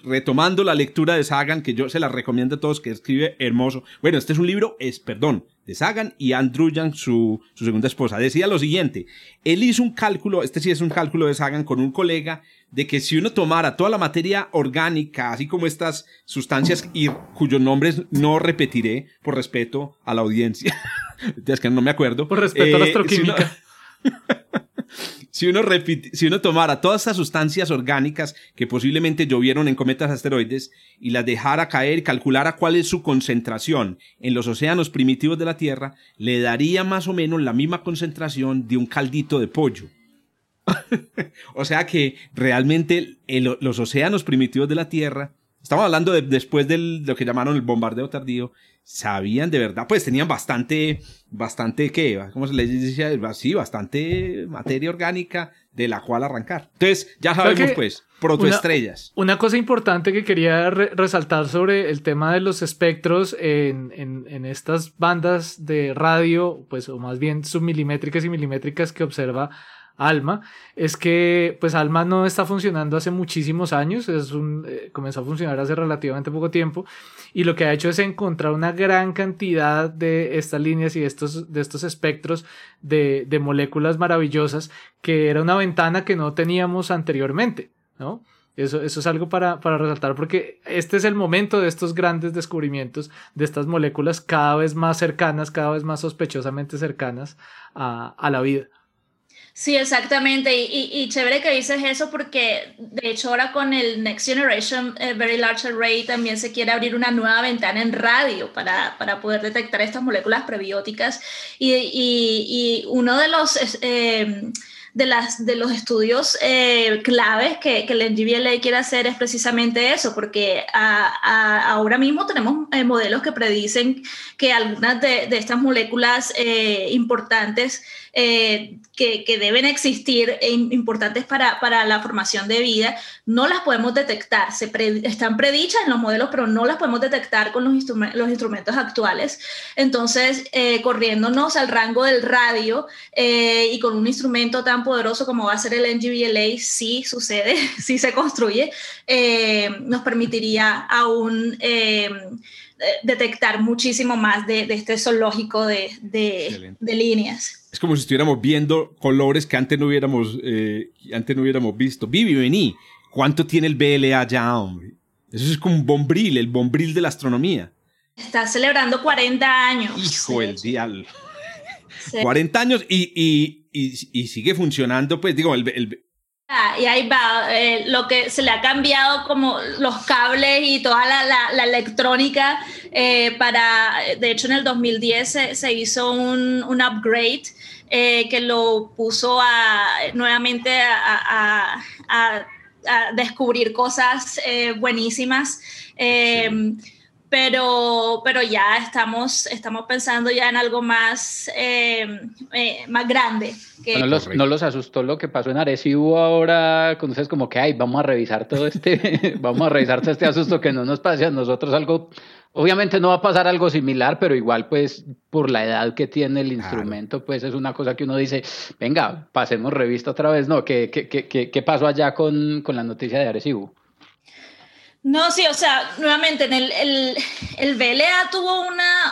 retomando la lectura de Sagan, que yo se la recomiendo a todos, que escribe hermoso. Bueno, este es un libro, de Sagan y Ann Druyan, su segunda esposa. Decía lo siguiente: él hizo un cálculo, este sí es un cálculo de Sagan con un colega, de que si uno tomara toda la materia orgánica, así como estas sustancias y cuyos nombres no repetiré por respeto a la audiencia, es que no me acuerdo. Por respeto a la astroquímica. Si uno tomara todas estas sustancias orgánicas que posiblemente llovieron en cometas asteroides y las dejara caer y calculara cuál es su concentración en los océanos primitivos de la Tierra, le daría más o menos la misma concentración de un caldito de pollo. O sea que realmente los océanos primitivos de la Tierra, estamos hablando de después de lo que llamaron el bombardeo tardío, sabían de verdad, pues tenían bastante, ¿qué? ¿Cómo se les dice? Sí, bastante materia orgánica de la cual arrancar. Entonces, ya sabemos, pues, protoestrellas. Una cosa importante que quería resaltar sobre el tema de los espectros en estas bandas de radio, pues, o más bien submilimétricas y milimétricas que observa ALMA, es que pues ALMA no está funcionando hace muchísimos años, comenzó a funcionar hace relativamente poco tiempo, y lo que ha hecho es encontrar una gran cantidad de estas líneas y de estos espectros de moléculas maravillosas, que era una ventana que no teníamos anteriormente, ¿no? Eso es algo para resaltar, porque este es el momento de estos grandes descubrimientos de estas moléculas cada vez más cercanas, cada vez más sospechosamente cercanas a la vida. Sí, exactamente, y chévere que dices eso, porque de hecho ahora con el Next Generation Very Large Array también se quiere abrir una nueva ventana en radio para poder detectar estas moléculas prebióticas, y uno de los de los estudios claves que el NGVLA quiere hacer es precisamente eso, porque ahora mismo tenemos modelos que predicen que algunas de estas moléculas importantes que deben existir importantes para la formación de vida, no las podemos detectar. Están predichas en los modelos, pero no las podemos detectar con los instrumentos actuales. Entonces, corriéndonos al rango del radio y con un instrumento tan poderoso como va a ser el NGVLA, sí sucede, sí se construye, nos permitiría aún detectar muchísimo más de este zoológico de líneas. Es como si estuviéramos viendo colores que antes no hubiéramos visto. Vivi, vení. ¿Cuánto tiene el BLA ya, hombre? Eso es como un bombril, el bombril de la astronomía. Está celebrando 40 años. Hijo del diablo. Sí. 40 años y sigue funcionando, pues, digo, y ahí va, lo que se le ha cambiado como los cables y toda la electrónica de hecho en el 2010 se hizo un upgrade que lo puso nuevamente a a descubrir cosas buenísimas. Pero ya estamos pensando ya en algo más grande. ¿No los asustó lo que pasó en Arecibo ahora? Cuando ustedes como que, ay, vamos a revisar todo vamos a revisar todo este asusto que no nos pase a nosotros algo. Obviamente no va a pasar algo similar, pero igual pues por la edad que tiene el instrumento, pues es una cosa que uno dice, venga, pasemos revista otra vez, ¿no? ¿Qué pasó allá con la noticia de Arecibo? No, sí, o sea, nuevamente el BLA tuvo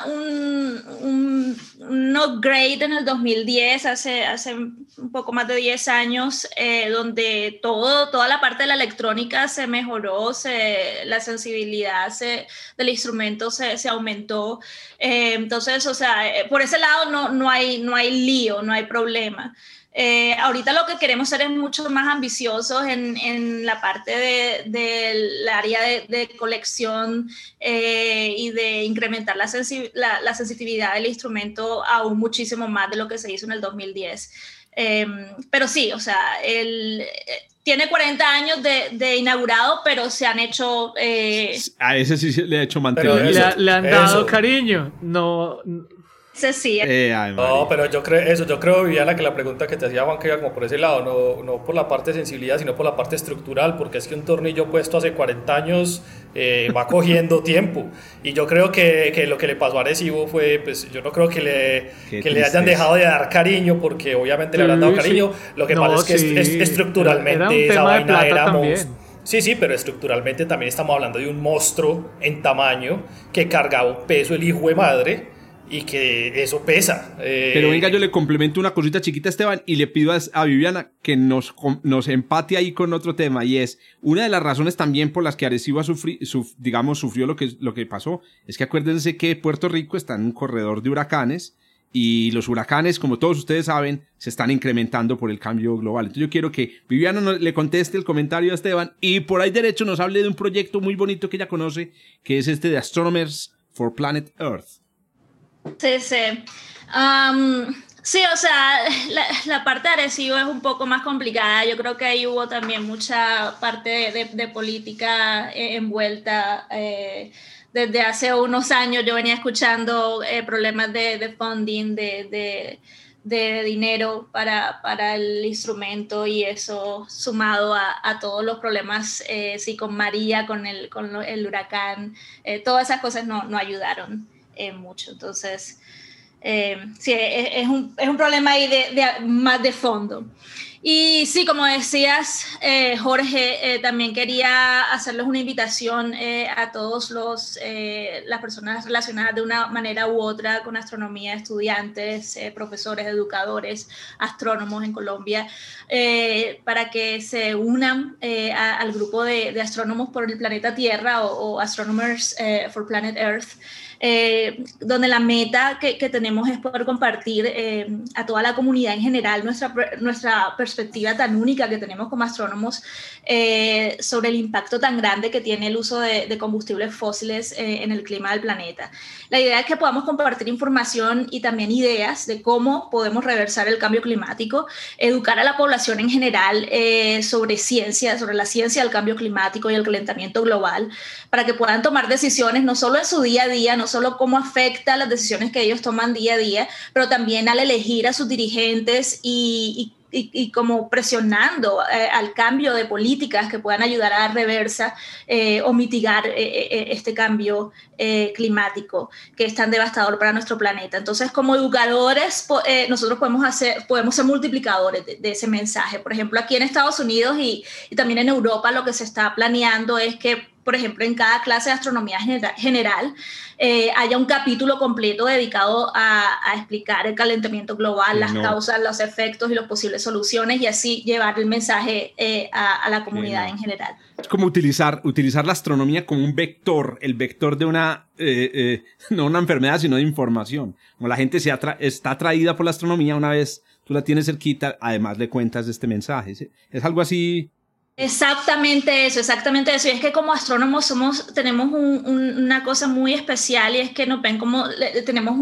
un upgrade en el 2010, hace un poco más de 10 años, donde toda la parte de la electrónica se mejoró, la sensibilidad del instrumento se aumentó. Entonces, o sea, por ese lado no hay lío, no hay problema. Ahorita lo que queremos hacer es mucho más ambiciosos en la parte del área de colección y de incrementar la sensitividad del instrumento aún muchísimo más de lo que se hizo en el 2010. Pero sí, o sea, tiene 40 años de inaugurado, pero se han hecho... A ese sí se le ha hecho mantenimiento. Le han dado cariño, no... Sí. No, pero yo creo, Viviana, que la pregunta que te hacía Juan que iba como por ese lado, no por la parte de sensibilidad, sino por la parte estructural, porque es que un tornillo puesto hace 40 años va cogiendo tiempo, y yo creo que lo que le pasó a Arecibo fue, pues yo no creo que le hayan dejado de dar cariño, porque obviamente le habrán dado cariño, lo que pasa es que estructuralmente esa vaina era Sí, pero estructuralmente también estamos hablando de un monstruo en tamaño que cargaba un peso el hijo de madre y que eso pesa. Pero venga, yo le complemento una cosita chiquita a Esteban y le pido a Viviana que nos empate ahí con otro tema, y es una de las razones también por las que Arecibo sufrió lo que pasó, es que acuérdense que Puerto Rico está en un corredor de huracanes, y los huracanes, como todos ustedes saben, se están incrementando por el cambio global. Entonces yo quiero que Viviana le conteste el comentario a Esteban y por ahí derecho nos hable de un proyecto muy bonito que ella conoce, que es este de Astronomers for Planet Earth. Sí. Sí, o sea, la parte de Arecibo es un poco más complicada. Yo creo que ahí hubo también mucha parte de política envuelta. Desde hace unos años yo venía escuchando problemas de funding, de dinero para el instrumento, y eso sumado a todos los problemas, sí, con María, con el huracán, todas esas cosas no ayudaron mucho. Entonces, sí, es un problema ahí más de fondo. Y sí, como decías, Jorge, también quería hacerles una invitación a todos las personas relacionadas de una manera u otra con astronomía, estudiantes, profesores, educadores, astrónomos en Colombia, para que se unan al grupo de astrónomos por el planeta Tierra, o Astronomers for Planet Earth, donde la meta que tenemos es poder compartir a toda la comunidad en general nuestra perspectiva tan única que tenemos como astrónomos sobre el impacto tan grande que tiene el uso de combustibles fósiles en el clima del planeta. La idea es que podamos compartir información y también ideas de cómo podemos reversar el cambio climático, educar a la población en general sobre la ciencia del cambio climático y el calentamiento global, para que puedan tomar decisiones no solo en su día a día, no solo cómo afecta las decisiones que ellos toman día a día, pero también al elegir a sus dirigentes y como presionando al cambio de políticas que puedan ayudar a dar reversa o mitigar este cambio climático que es tan devastador para nuestro planeta. Entonces, como educadores, nosotros podemos ser multiplicadores de ese mensaje. Por ejemplo, aquí en Estados Unidos y también en Europa, lo que se está planeando es que, por ejemplo, en cada clase de astronomía general haya un capítulo completo dedicado a explicar el calentamiento global, las causas, los efectos y las posibles soluciones, y así llevar el mensaje a la comunidad en general. Es como utilizar la astronomía como un vector, el vector de no una enfermedad, sino de información. Como la gente está atraída por la astronomía, una vez tú la tienes cerquita, además le cuentas de este mensaje. Es algo así. Exactamente eso. Y es que como astrónomos tenemos una cosa muy especial, y es que nos ven como, tenemos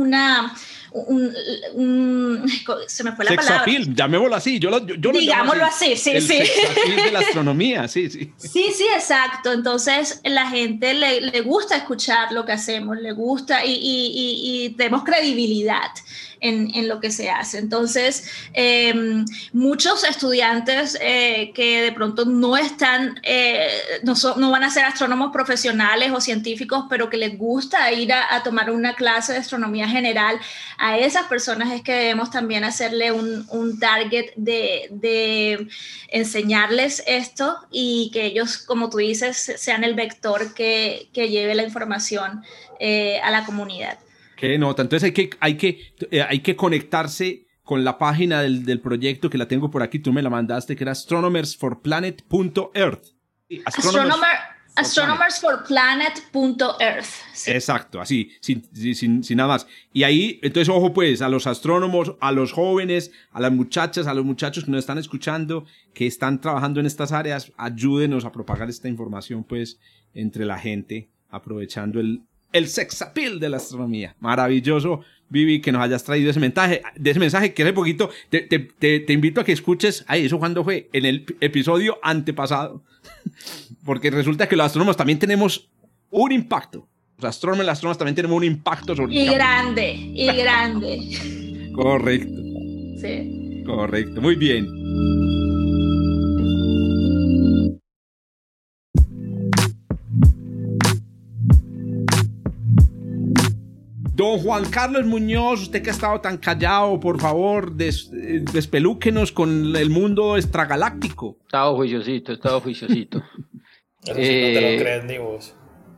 se me fue la palabra. Sexapil, llamémoslo así. Yo digámoslo así, sí. El sexapil de la astronomía, sí. Sí, exacto. Entonces, la gente le gusta escuchar lo que hacemos, le gusta y tenemos credibilidad en lo que se hace. Entonces, muchos estudiantes que de pronto no van a ser astrónomos profesionales o científicos, pero que les gusta ir a tomar una clase de astronomía general, a esas personas es que debemos también hacerle un target de enseñarles esto, y que ellos, como tú dices, sean el vector que lleve la información a la comunidad. Qué nota. Entonces hay que conectarse con la página del proyecto, que la tengo por aquí, tú me la mandaste, que era astronomersforplanet.earth. Astronomersforplanet.earth. Sí. Exacto, así, sin nada más. Y ahí, entonces, ojo pues, a los astrónomos, a los jóvenes, a las muchachas, a los muchachos que nos están escuchando, que están trabajando en estas áreas, ayúdenos a propagar esta información, pues, entre la gente, aprovechando el sex appeal de la astronomía. Maravilloso, Vivi, que nos hayas traído ese mensaje que hace poquito te invito a que escuches. ¿Eso cuándo fue? En el episodio antepasado. Porque resulta que los astrónomos también tenemos un impacto. Los astrónomos también tenemos un impacto sobre el grande. Correcto. Sí. Correcto, muy bien. Don Juan Carlos Muñoz, usted que ha estado tan callado, por favor, despelúquenos con el mundo extragaláctico. Estaba juiciosito. Eso sí no te lo crees ni vos.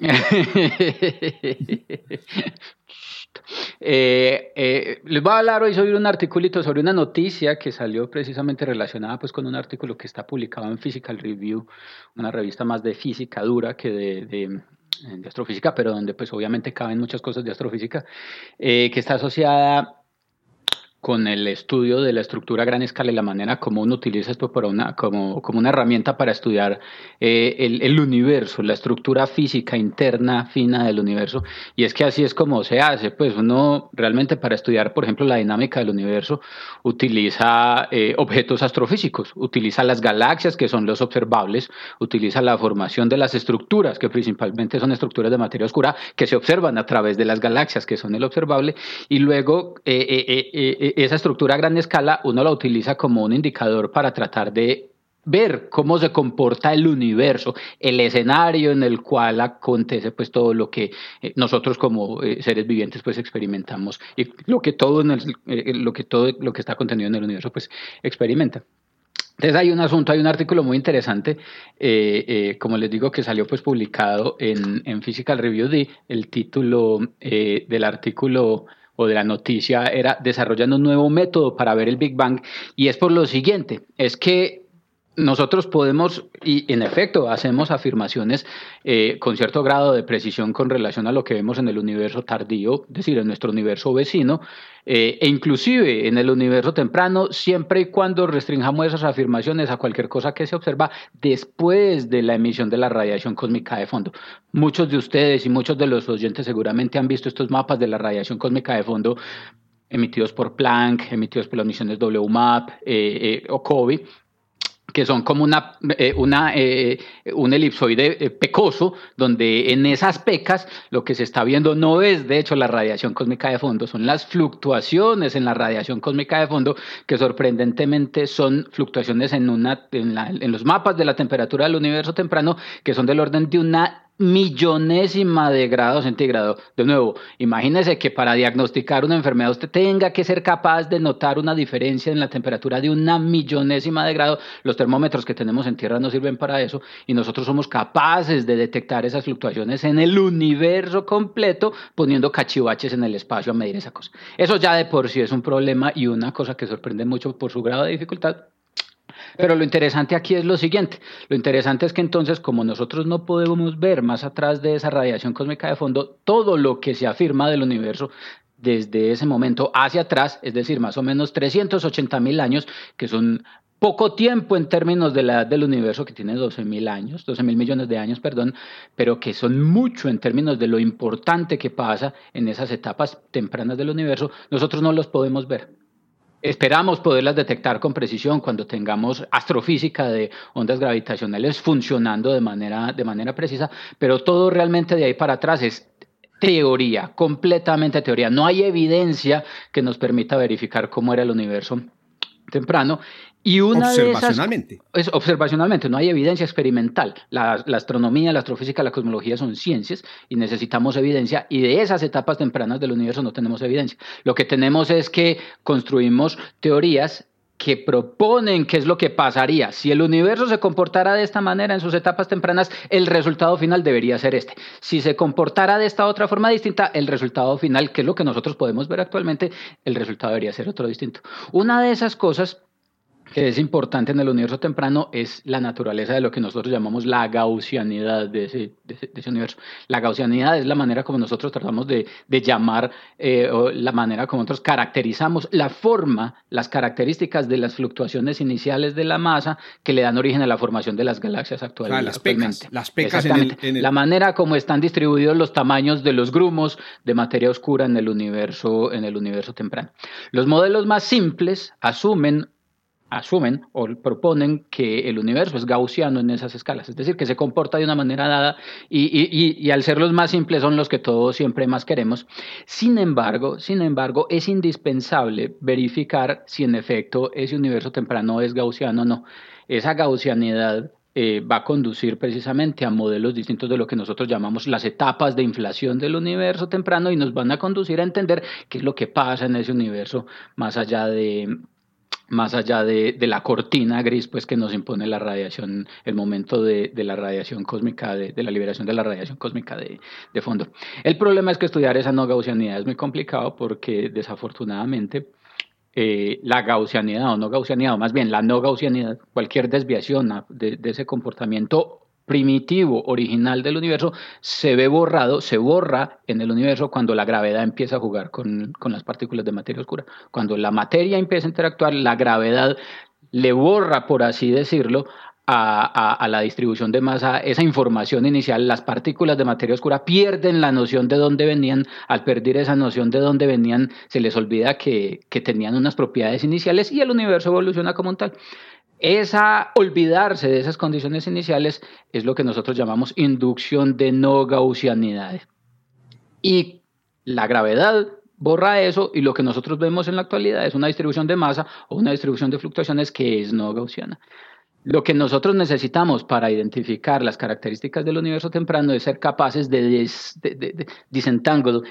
Les voy a hablar hoy sobre un articulito, sobre una noticia que salió precisamente relacionada pues con un artículo que está publicado en Physical Review, una revista más de física dura que de astrofísica, pero donde pues obviamente caben muchas cosas de astrofísica, que está asociada con el estudio de la estructura a gran escala y la manera como uno utiliza esto como una herramienta para estudiar el universo, la estructura física interna fina del universo. Y es que así es como se hace, pues uno realmente para estudiar, por ejemplo, la dinámica del universo utiliza objetos astrofísicos, utiliza las galaxias, que son los observables, utiliza la formación de las estructuras, que principalmente son estructuras de materia oscura, que se observan a través de las galaxias, que son el observable, y luego esa estructura a gran escala uno la utiliza como un indicador para tratar de ver cómo se comporta el universo, el escenario en el cual acontece pues todo lo que nosotros como seres vivientes pues experimentamos y lo que lo que está contenido en el universo pues experimenta. Entonces hay un artículo muy interesante, como les digo, que salió pues publicado en Physical Review el título del artículo o de la noticia era desarrollando un nuevo método para ver el Big Bang, y es por lo siguiente, es que nosotros podemos, y en efecto hacemos afirmaciones con cierto grado de precisión con relación a lo que vemos en el universo tardío, es decir, en nuestro universo vecino, e inclusive en el universo temprano, siempre y cuando restringamos esas afirmaciones a cualquier cosa que se observa después de la emisión de la radiación cósmica de fondo. Muchos de ustedes y muchos de los oyentes seguramente han visto estos mapas de la radiación cósmica de fondo emitidos por Planck, emitidos por las misiones WMAP o COBE, que son como un elipsoide pecoso, donde en esas pecas lo que se está viendo no es de hecho la radiación cósmica de fondo, son las fluctuaciones en la radiación cósmica de fondo, que sorprendentemente son fluctuaciones en los mapas de la temperatura del universo temprano, que son del orden de una millonésima de grado centígrado. De nuevo, imagínese que para diagnosticar una enfermedad usted tenga que ser capaz de notar una diferencia en la temperatura de una millonésima de grado. Los termómetros que tenemos en Tierra no sirven para eso, y nosotros somos capaces de detectar esas fluctuaciones en el universo completo poniendo cachivaches en el espacio a medir esa cosa. Eso ya de por sí es un problema y una cosa que sorprende mucho por su grado de dificultad. Pero lo interesante aquí es lo siguiente. Lo interesante es que entonces, como nosotros no podemos ver más atrás de esa radiación cósmica de fondo, todo lo que se afirma del universo desde ese momento hacia atrás, es decir, más o menos 380.000 años, que son poco tiempo en términos de la edad del universo, que tiene 12.000 millones de años, perdón, pero que son mucho en términos de lo importante que pasa en esas etapas tempranas del universo, nosotros no los podemos ver. Esperamos poderlas detectar con precisión cuando tengamos astrofísica de ondas gravitacionales funcionando de manera precisa, pero todo realmente de ahí para atrás es teoría, completamente teoría. No hay evidencia que nos permita verificar cómo era el universo temprano. Y observacionalmente. Observacionalmente, no hay evidencia experimental. La astronomía, la astrofísica, la cosmología son ciencias y necesitamos evidencia, y de esas etapas tempranas del universo no tenemos evidencia. Lo que tenemos es que construimos teorías que proponen qué es lo que pasaría. Si el universo se comportara de esta manera en sus etapas tempranas, el resultado final debería ser este. Si se comportara de esta otra forma distinta, el resultado final, que es lo que nosotros podemos ver actualmente, el resultado debería ser otro distinto. Una de esas cosas que es importante en el universo temprano es la naturaleza de lo que nosotros llamamos la gaussianidad de ese universo. La gaussianidad es la manera como nosotros tratamos de llamar, o la manera como nosotros caracterizamos la forma, las características de las fluctuaciones iniciales de la masa que le dan origen a la formación de las galaxias actuales. Ah, las pecas La manera como están distribuidos los tamaños de los grumos de materia oscura en el universo temprano. Los modelos más simples asumen o proponen que el universo es gaussiano en esas escalas, es decir, que se comporta de una manera dada, y al ser los más simples son los que todos siempre más queremos. Sin embargo, es indispensable verificar si en efecto ese universo temprano es gaussiano o no. Esa gaussianidad va a conducir precisamente a modelos distintos de lo que nosotros llamamos las etapas de inflación del universo temprano, y nos van a conducir a entender qué es lo que pasa en ese universo más allá de más allá de la cortina gris pues que nos impone la radiación, el momento de la radiación cósmica, de la liberación de la radiación cósmica de fondo. El problema es que estudiar esa no gaussianidad es muy complicado porque desafortunadamente la gaussianidad o no gaussianidad, o más bien la no gaussianidad, cualquier desviación de ese comportamiento primitivo, original del universo, se borra en el universo cuando la gravedad empieza a jugar con las partículas de materia oscura. Cuando la materia empieza a interactuar, la gravedad le borra, por así decirlo, a la distribución de masa esa información inicial. Las partículas de materia oscura pierden la noción de dónde venían. Al perder esa noción de dónde venían, se les olvida que tenían unas propiedades iniciales y el universo evoluciona como un tal. Olvidarse de esas condiciones iniciales es lo que nosotros llamamos inducción de no gaussianidad. Y la gravedad borra eso y lo que nosotros vemos en la actualidad es una distribución de masa o una distribución de fluctuaciones que es no gaussiana. Lo que nosotros necesitamos para identificar las características del universo temprano es ser capaces de disentangle,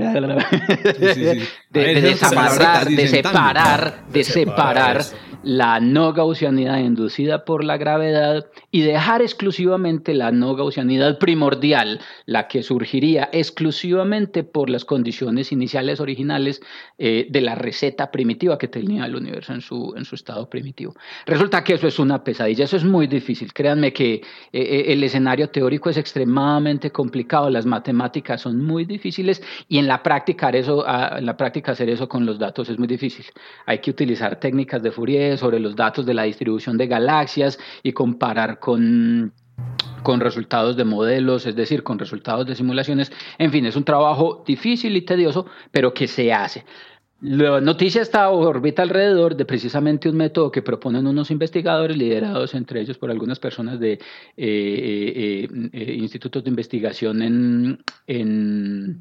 de desamarrar, de separar la no gaussianidad inducida por la gravedad y dejar exclusivamente la no gaussianidad primordial, la que surgiría exclusivamente por las condiciones iniciales originales de la receta primitiva que tenía el universo en su estado primitivo. Resulta que eso es una pesadilla, eso es muy difícil. Créanme que el escenario teórico es extremadamente complicado, las matemáticas son muy difíciles y en la práctica hacer eso con los datos es muy difícil. Hay que utilizar técnicas de Fourier sobre los datos de la distribución de galaxias y comparar con resultados de modelos, es decir, con resultados de simulaciones. En fin, es un trabajo difícil y tedioso, pero que se hace. La noticia orbita alrededor de precisamente un método que proponen unos investigadores liderados entre ellos por algunas personas de institutos de investigación en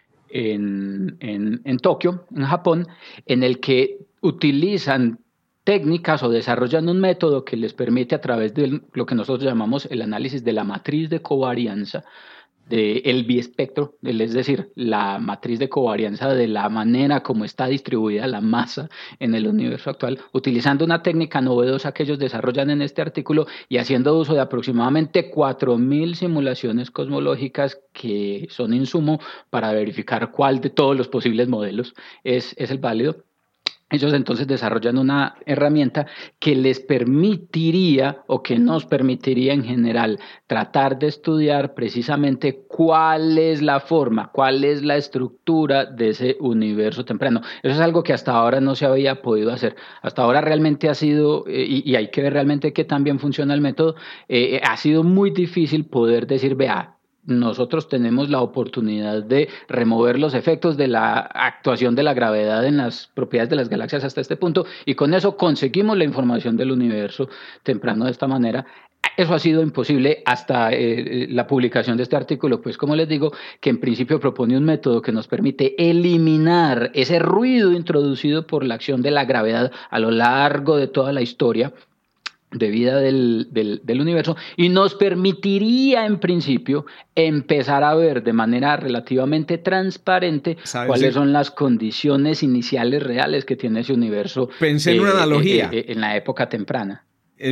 Tokio, en Japón, en el que utilizan técnicas o desarrollan un método que les permite a través de lo que nosotros llamamos el análisis de la matriz de covarianza del biespectro, es decir, la matriz de covarianza de la manera como está distribuida la masa en el universo actual, utilizando una técnica novedosa que ellos desarrollan en este artículo y haciendo uso de aproximadamente 4.000 simulaciones cosmológicas que son insumo para verificar cuál de todos los posibles modelos es el válido. Ellos entonces desarrollan una herramienta que les permitiría o que nos permitiría en general tratar de estudiar precisamente cuál es la forma, cuál es la estructura de ese universo temprano. Eso es algo que hasta ahora no se había podido hacer. Hasta ahora realmente ha sido, y hay que ver realmente qué tan bien funciona el método, ha sido muy difícil poder decir, vea, nosotros tenemos la oportunidad de remover los efectos de la actuación de la gravedad en las propiedades de las galaxias hasta este punto y con eso conseguimos la información del universo temprano de esta manera. Eso ha sido imposible hasta la publicación de este artículo, pues como les digo, que en principio propone un método que nos permite eliminar ese ruido introducido por la acción de la gravedad a lo largo de toda la historia de vida del universo y nos permitiría en principio empezar a ver de manera relativamente transparente cuáles son las condiciones iniciales reales que tiene ese universo. Pensé en una analogía en la época temprana.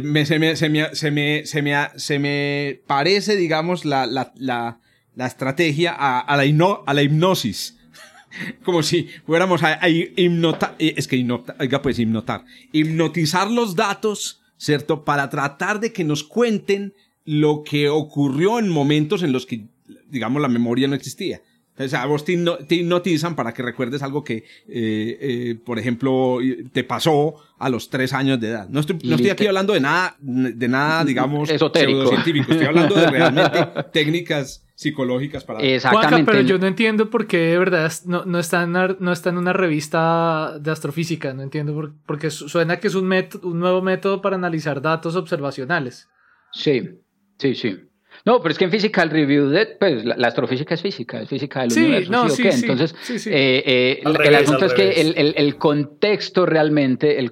Se me parece, digamos, la estrategia a la hipnosis. Como si fuéramos a hipnotar, hipnotizar los datos, ¿cierto? Para tratar de que nos cuenten lo que ocurrió en momentos en los que, digamos, la memoria no existía. Entonces, a vos te hipnotizan para que recuerdes algo que, por ejemplo, te pasó a los 3 años de edad. No estoy aquí hablando de nada, digamos, pseudocientífico. Estoy hablando de realmente técnicas psicológicas para... Exactamente. Juanca, pero yo no entiendo por qué de verdad no está en una revista de astrofísica. No entiendo porque suena que es un nuevo método para analizar datos observacionales. Sí. No, pero es que en Physical Review, pues la astrofísica es física del universo, no, ¿sí o qué? sí. Entonces, Sí. El asunto es que el contexto realmente, es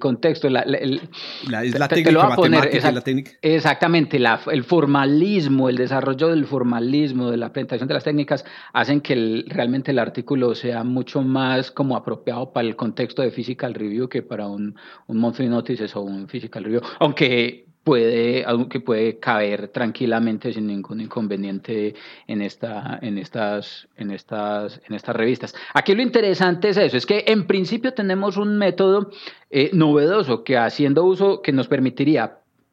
la te técnica lo voy a poner, matemática, la técnica. exactamente, el formalismo, el desarrollo del formalismo, de la presentación de las técnicas, hacen que realmente el artículo sea mucho más como apropiado para el contexto de Physical Review que para un Monthly Notices o un Physical Review, aunque puede caber tranquilamente sin ningún inconveniente en estas revistas. Aquí lo interesante es eso, es que en principio tenemos un método novedoso que nos permitiría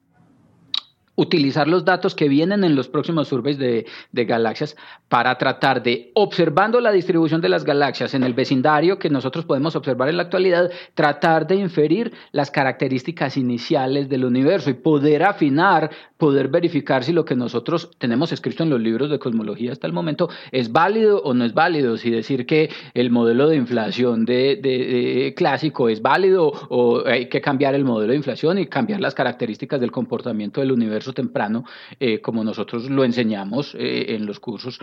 utilizar los datos que vienen en los próximos surveys de galaxias para tratar de, observando la distribución de las galaxias en el vecindario que nosotros podemos observar en la actualidad, tratar de inferir las características iniciales del universo y poder afinar, poder verificar si lo que nosotros tenemos escrito en los libros de cosmología hasta el momento es válido o no es válido, si decir que el modelo de inflación de clásico es válido o hay que cambiar el modelo de inflación y cambiar las características del comportamiento del universo temprano, como nosotros lo enseñamos en los cursos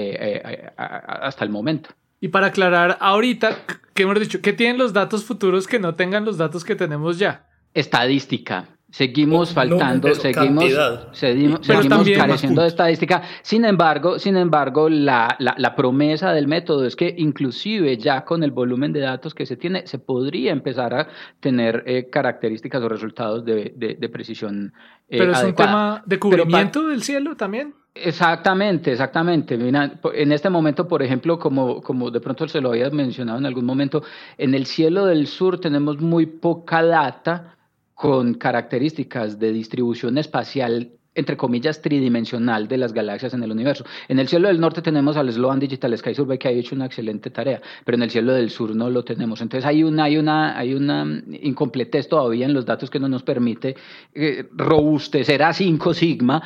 hasta el momento. Y para aclarar, ahorita, ¿qué hemos dicho? ¿Qué tienen los datos futuros que no tengan los datos que tenemos ya? Estadística. Seguimos faltando, seguimos careciendo de estadística. Sin embargo, la promesa del método es que inclusive ya con el volumen de datos que se tiene, se podría empezar a tener características o resultados de precisión Pero es adecuada. un tema de cubrimiento del cielo también. Exactamente. Mira, en este momento, por ejemplo, como de pronto se lo había mencionado en algún momento, en el cielo del sur tenemos muy poca data con características de distribución espacial, entre comillas, tridimensional de las galaxias en el universo. En el cielo del norte tenemos al Sloan Digital Sky Survey, que ha hecho una excelente tarea, pero en el cielo del sur no lo tenemos. Entonces hay una incompletez todavía en los datos que no nos permite robustecer a 5 sigma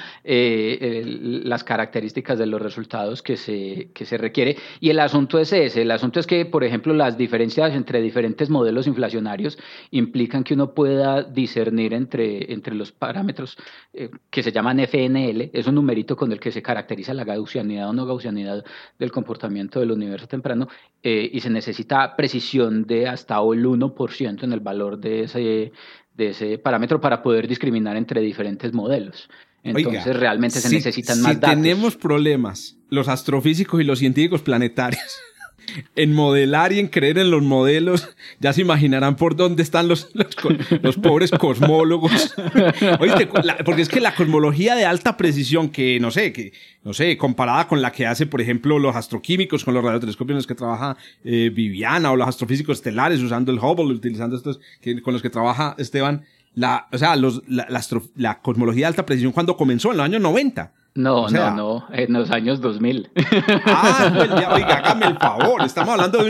las características de los resultados que se requiere. Y el asunto es ese. El asunto es que, por ejemplo, las diferencias entre diferentes modelos inflacionarios implican que uno pueda discernir entre los parámetros que se llaman FNL, es un numerito con el que se caracteriza la gaussianidad o no gaussianidad del comportamiento del universo temprano, y se necesita precisión de hasta el 1% en el valor de ese parámetro para poder discriminar entre diferentes modelos. Entonces, oiga, realmente se necesitan más datos. Si tenemos problemas, los astrofísicos y los científicos planetarios, en modelar y en creer en los modelos, ya se imaginarán por dónde están los pobres cosmólogos. Oíste, porque es que la cosmología de alta precisión que no sé, comparada con la que hace, por ejemplo, los astroquímicos con los radiotelescopios en los que trabaja Viviana, o los astrofísicos estelares usando el Hubble, utilizando estos con los que trabaja Esteban, la cosmología de alta precisión, cuando comenzó en los años 90. No, en los años 2000. Pues ya, oiga, hágame el favor, estamos hablando de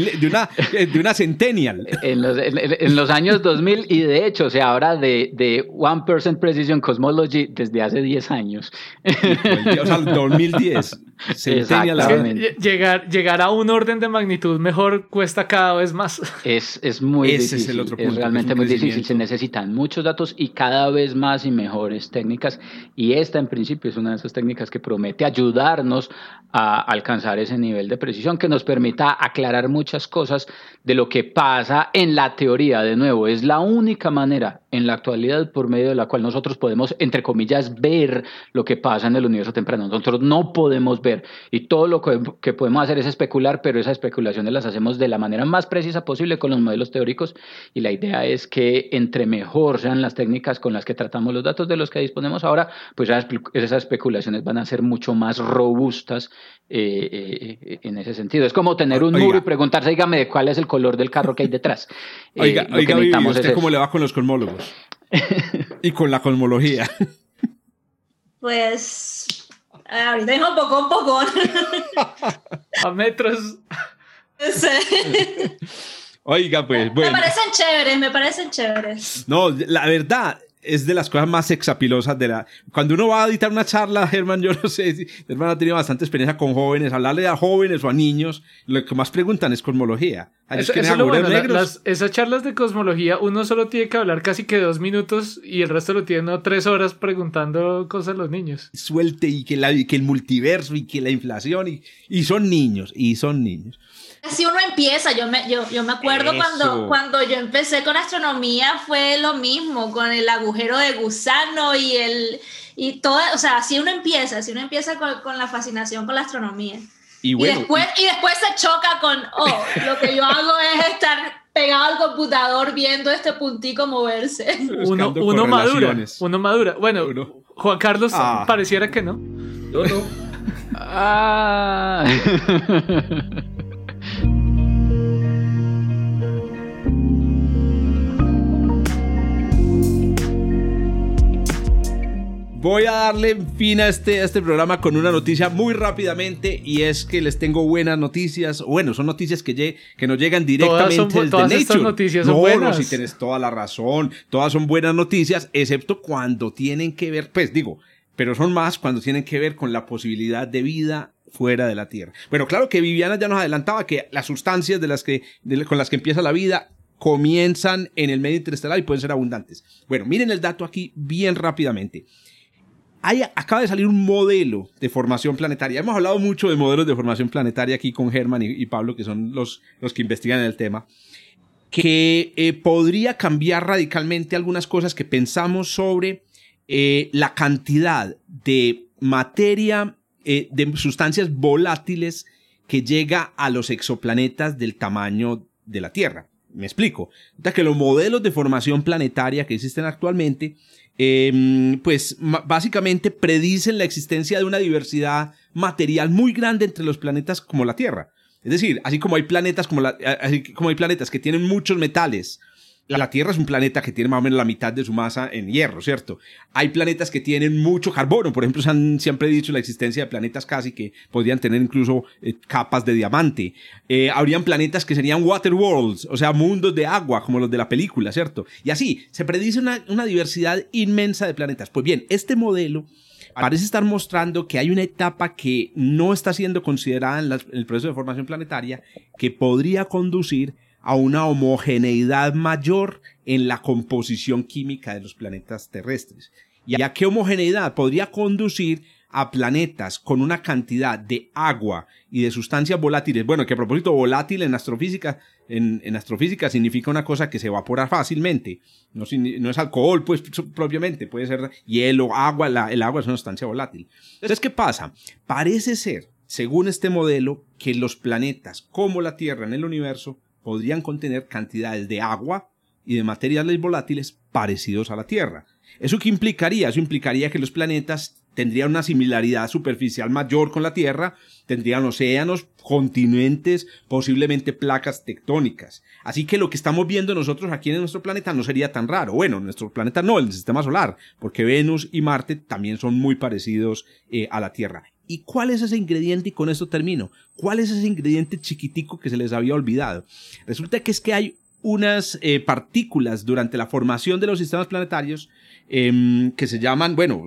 una centennial. En los años 2000, y de hecho se habla de 1% Precision Cosmology desde hace 10 años. O sea, 2010. Exactamente. Llegar a un orden de magnitud mejor cuesta cada vez más. Es muy difícil. Es el otro punto, es realmente muy difícil. Se necesitan muchos datos y cada vez más y mejores técnicas. Y esta, en principio, es una de esas técnicas que promete ayudarnos a alcanzar ese nivel de precisión que nos permita aclarar muchas cosas de lo que pasa en la teoría. De nuevo, es la única manera en la actualidad por medio de la cual nosotros podemos, entre comillas, ver lo que pasa en el universo temprano. Nosotros no podemos ver, y todo lo que podemos hacer es especular, pero esas especulaciones las hacemos de la manera más precisa posible con los modelos teóricos, y la idea es que entre mejor sean las técnicas con las que tratamos los datos de los que disponemos ahora, pues esas especulaciones van a ser mucho más robustas en ese sentido. Es como tener un muro y preguntarse, dígame, de cuál es el color del carro que hay detrás. Oiga, Vivi, ¿usted cómo le va con los cosmólogos? Y con la cosmología. Pues ahorita es un poco. A metros. Oiga, pues bueno. Me parecen chéveres. No, la verdad, es de las cosas más sexapilosas de la... Cuando uno va a editar una charla, Germán, yo no sé si Germán ha tenido bastante experiencia con jóvenes, hablarle a jóvenes o a niños, lo que más preguntan es cosmología. Eso es lo bueno, esas charlas de cosmología, uno solo tiene que hablar casi que 2 minutos y el resto lo tiene 3 horas preguntando cosas a los niños. Suelte y que el multiverso y que la inflación y son niños. Así uno empieza, yo me acuerdo cuando yo empecé con astronomía fue lo mismo, con el agujero de gusano y todo, o sea, así uno empieza con la fascinación con la astronomía. Y después se choca con, lo que yo hago es estar pegado al computador viendo este puntico moverse. Uno madura. Bueno, Juan Carlos pareciera que no. Yo no. Voy a darle fin a este programa con una noticia muy rápidamente, y es que les tengo buenas noticias. Bueno, son noticias que nos llegan directamente desde todas Nature. Estas noticias son buenas. No, si tienes toda la razón. Todas son buenas noticias, excepto cuando tienen que ver, pero son más cuando tienen que ver con la posibilidad de vida fuera de la Tierra. Bueno, claro que Viviana ya nos adelantaba que las sustancias con las que empieza la vida comienzan en el medio interestelar y pueden ser abundantes. Bueno, miren el dato aquí bien rápidamente. Acaba de salir un modelo de formación planetaria. Hemos hablado mucho de modelos de formación planetaria aquí con Germán y Pablo, que son los que investigan el tema, que podría cambiar radicalmente algunas cosas que pensamos sobre la cantidad de materia, de sustancias volátiles que llega a los exoplanetas del tamaño de la Tierra. Me explico. Que los modelos de formación planetaria que existen actualmente pues básicamente predicen la existencia de una diversidad material muy grande entre los planetas como la Tierra. Es decir, así como hay planetas que tienen muchos metales, la Tierra es un planeta que tiene más o menos la mitad de su masa en hierro, ¿cierto? Hay planetas que tienen mucho carbono. Por ejemplo, se han siempre dicho la existencia de planetas casi que podrían tener incluso capas de diamante. Habrían planetas que serían water worlds, o sea, mundos de agua, como los de la película, ¿cierto? Y así, se predice una diversidad inmensa de planetas. Pues bien, este modelo parece estar mostrando que hay una etapa que no está siendo considerada en el proceso de formación planetaria, que podría conducir a una homogeneidad mayor en la composición química de los planetas terrestres. ¿Y a qué homogeneidad? Podría conducir a planetas con una cantidad de agua y de sustancias volátiles. Bueno, que a propósito, volátil en astrofísica significa una cosa que se evapora fácilmente. No es alcohol, pues, propiamente. Puede ser hielo, agua. El agua es una sustancia volátil. Entonces, ¿qué pasa? Parece ser, según este modelo, que los planetas como la Tierra en el universo podrían contener cantidades de agua y de materiales volátiles parecidos a la Tierra. ¿Eso qué implicaría? Eso implicaría que los planetas tendrían una similaridad superficial mayor con la Tierra, tendrían océanos, continentes, posiblemente placas tectónicas. Así que lo que estamos viendo nosotros aquí en nuestro planeta no sería tan raro. Bueno, nuestro planeta no, el sistema solar, porque Venus y Marte también son muy parecidos a la Tierra. ¿Y cuál es ese ingrediente? Y con esto termino. ¿Cuál es ese ingrediente chiquitico que se les había olvidado? Resulta que es que hay unas partículas durante la formación de los sistemas planetarios que se llaman, bueno,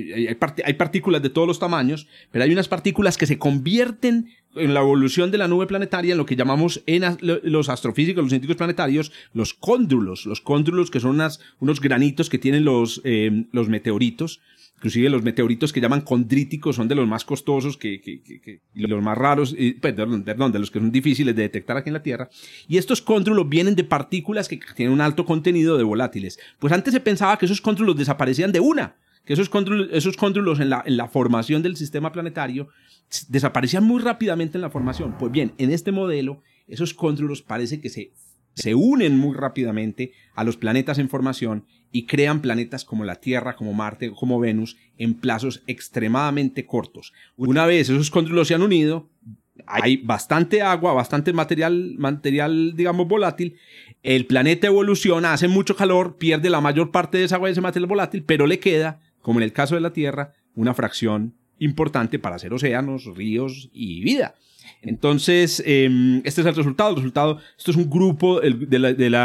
hay partículas de todos los tamaños, pero hay unas partículas que se convierten en la evolución de la nube planetaria en lo que llamamos los astrofísicos, los científicos planetarios, los cóndrulos. Los cóndrulos, que son unos granitos que tienen los meteoritos. Inclusive los meteoritos que llaman condríticos son de los más costosos y los más raros, perdón, de los que son difíciles de detectar aquí en la Tierra. Y estos cóndrulos vienen de partículas que tienen un alto contenido de volátiles. Pues antes se pensaba que esos cóndrulos desaparecían de una, que esos cóndrulos en la formación del sistema planetario desaparecían muy rápidamente en la formación. Pues bien, en este modelo, esos cóndrulos parece que se unen muy rápidamente a los planetas en formación y crean planetas como la Tierra, como Marte, como Venus, en plazos extremadamente cortos. Una vez esos cóndrulos se han unido, hay bastante agua, bastante material, digamos, volátil. El planeta evoluciona, hace mucho calor, pierde la mayor parte de esa agua y ese material volátil, pero le queda, como en el caso de la Tierra, una fracción importante para hacer océanos, ríos y vida. Entonces, este es el resultado. Esto es un grupo de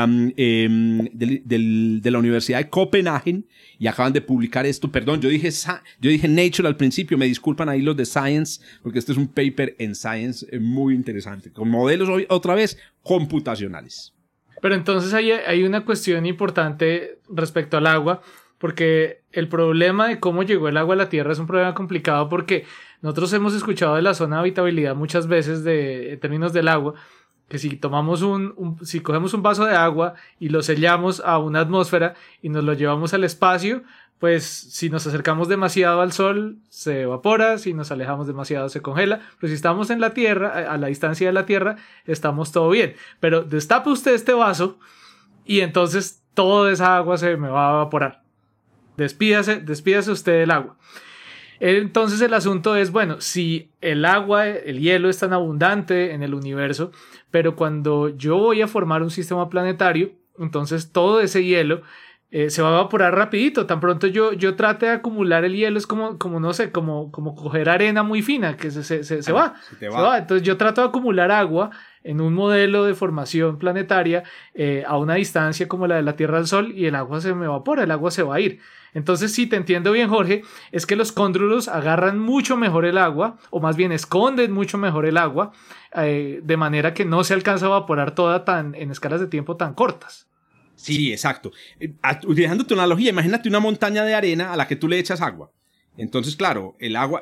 la Universidad de Copenhague y acaban de publicar esto. Perdón, yo dije Nature al principio, me disculpan ahí los de Science, porque este es un paper en Science muy interesante, con modelos otra vez computacionales. Pero entonces hay una cuestión importante respecto al agua, porque el problema de cómo llegó el agua a la Tierra es un problema complicado, porque nosotros hemos escuchado de la zona de habitabilidad muchas veces en términos del agua, que si tomamos si cogemos un vaso de agua y lo sellamos a una atmósfera y nos lo llevamos al espacio, pues si nos acercamos demasiado al sol se evapora, si nos alejamos demasiado se congela, pero si estamos en la Tierra, a la distancia de la Tierra, estamos todo bien. Pero destape usted este vaso y entonces toda esa agua se me va a evaporar. Despídase usted del agua. Entonces el asunto es, bueno, si el agua, el hielo es tan abundante en el universo, pero cuando yo voy a formar un sistema planetario, entonces todo ese hielo se va a evaporar rapidito. Tan pronto yo trate de acumular el hielo, es como no sé, como coger arena muy fina, que se va. Entonces yo trato de acumular agua en un modelo de formación planetaria a una distancia como la de la Tierra al Sol y el agua se me evapora, el agua se va a ir. Entonces, si te entiendo bien, Jorge, es que los cóndrulos agarran mucho mejor el agua, o más bien esconden mucho mejor el agua, de manera que no se alcanza a evaporar toda en escalas de tiempo tan cortas. Sí, exacto. Utilizando tu analogía, imagínate una montaña de arena a la que tú le echas agua. Entonces, claro, el agua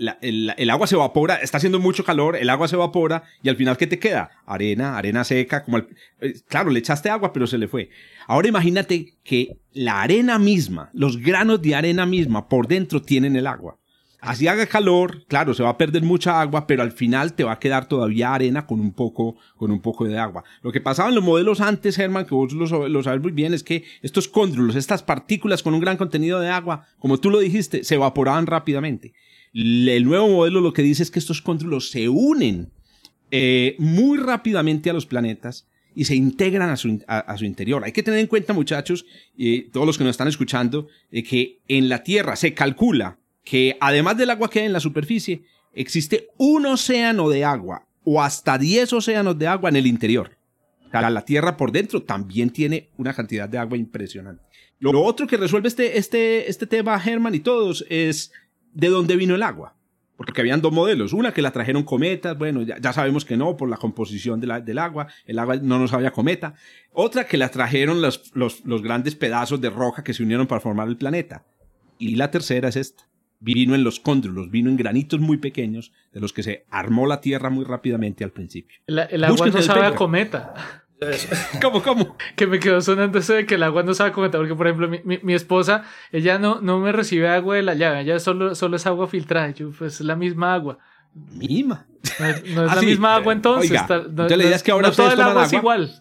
se evapora, está haciendo mucho calor, el agua se evapora y al final, ¿qué te queda? Arena seca, claro, le echaste agua, pero se le fue. Ahora imagínate que la arena misma, los granos de arena misma por dentro tienen el agua. Así haga calor, claro, se va a perder mucha agua, pero al final te va a quedar todavía arena con un poco de agua. Lo que pasaba en los modelos antes, Germán, que vos lo sabes muy bien, es que estos cóndrulos, estas partículas con un gran contenido de agua, como tú lo dijiste, se evaporaban rápidamente. El nuevo modelo lo que dice es que estos cóndrulos se unen muy rápidamente a los planetas y se integran a su interior. Hay que tener en cuenta, muchachos, todos los que nos están escuchando, que en la Tierra se calcula que además del agua que hay en la superficie, existe un océano de agua o hasta 10 océanos de agua en el interior. O sea, la Tierra por dentro también tiene una cantidad de agua impresionante. Lo otro que resuelve este tema, Germán y todos, es de dónde vino el agua. Porque habían dos modelos. Una que la trajeron cometas, bueno, ya sabemos que no, por la composición del agua. El agua no nos sabía cometa. Otra que la trajeron los grandes pedazos de roca que se unieron para formar el planeta. Y la tercera es esta. Vino en los cóndrulos, vino en granitos muy pequeños de los que se armó la Tierra muy rápidamente al principio. El agua no sabe a cometa. ¿Cómo? Que me quedó sonando eso de que el agua no sabe a cometa, porque por ejemplo mi esposa, ella no me recibe agua de la llave, ella solo es agua filtrada. Yo, pues es la misma agua. ¿Misma? No es la misma agua entonces. Oiga, entonces la idea es que ahora ustedes toman agua. Es igual.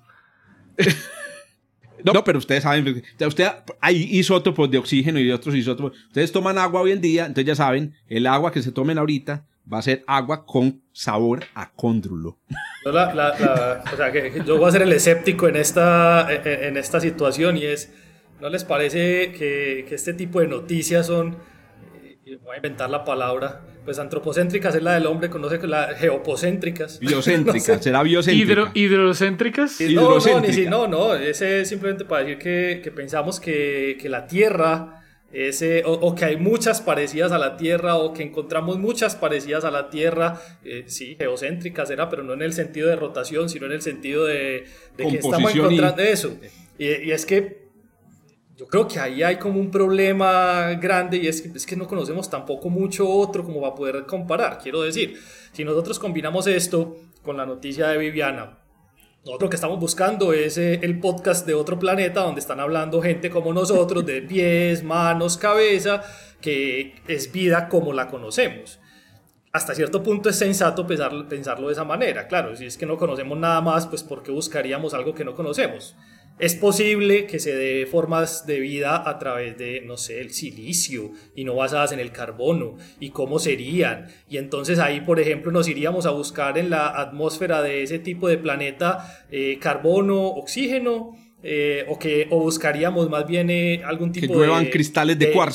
No, pero ustedes saben, hay isótopos de oxígeno y de otros isótopos. Ustedes toman agua hoy en día, entonces ya saben, el agua que se tomen ahorita va a ser agua con sabor a cóndrulo. O sea, que yo voy a ser el escéptico en esta situación y es, ¿no les parece que este tipo de noticias son, voy a inventar la palabra, pues antropocéntricas es la del hombre, conoce que la geopocéntricas. Biocéntricas, no sé. Será biocéntrica. ¿Hidrocéntricas? No, ese es simplemente para decir que pensamos que la Tierra o que hay muchas parecidas a la Tierra o que encontramos muchas parecidas a la Tierra, sí, geocéntricas era, pero no en el sentido de rotación, sino en el sentido de que estamos encontrando eso. Y es que yo creo que ahí hay como un problema grande y es que no conocemos tampoco mucho otro como para poder comparar. Quiero decir, si nosotros combinamos esto con la noticia de Viviana, nosotros lo que estamos buscando es el podcast de otro planeta donde están hablando gente como nosotros de pies, manos, cabeza, que es vida como la conocemos. Hasta cierto punto es sensato pensarlo de esa manera. Claro, si es que no conocemos nada más, pues ¿por qué buscaríamos algo que no conocemos? Es posible que se dé formas de vida a través de, no sé, el silicio y no basadas en el carbono y cómo serían. Y entonces ahí, por ejemplo, nos iríamos a buscar en la atmósfera de ese tipo de planeta carbono, oxígeno, o buscaríamos más bien algún tipo que lluevan cristales de cuarzo.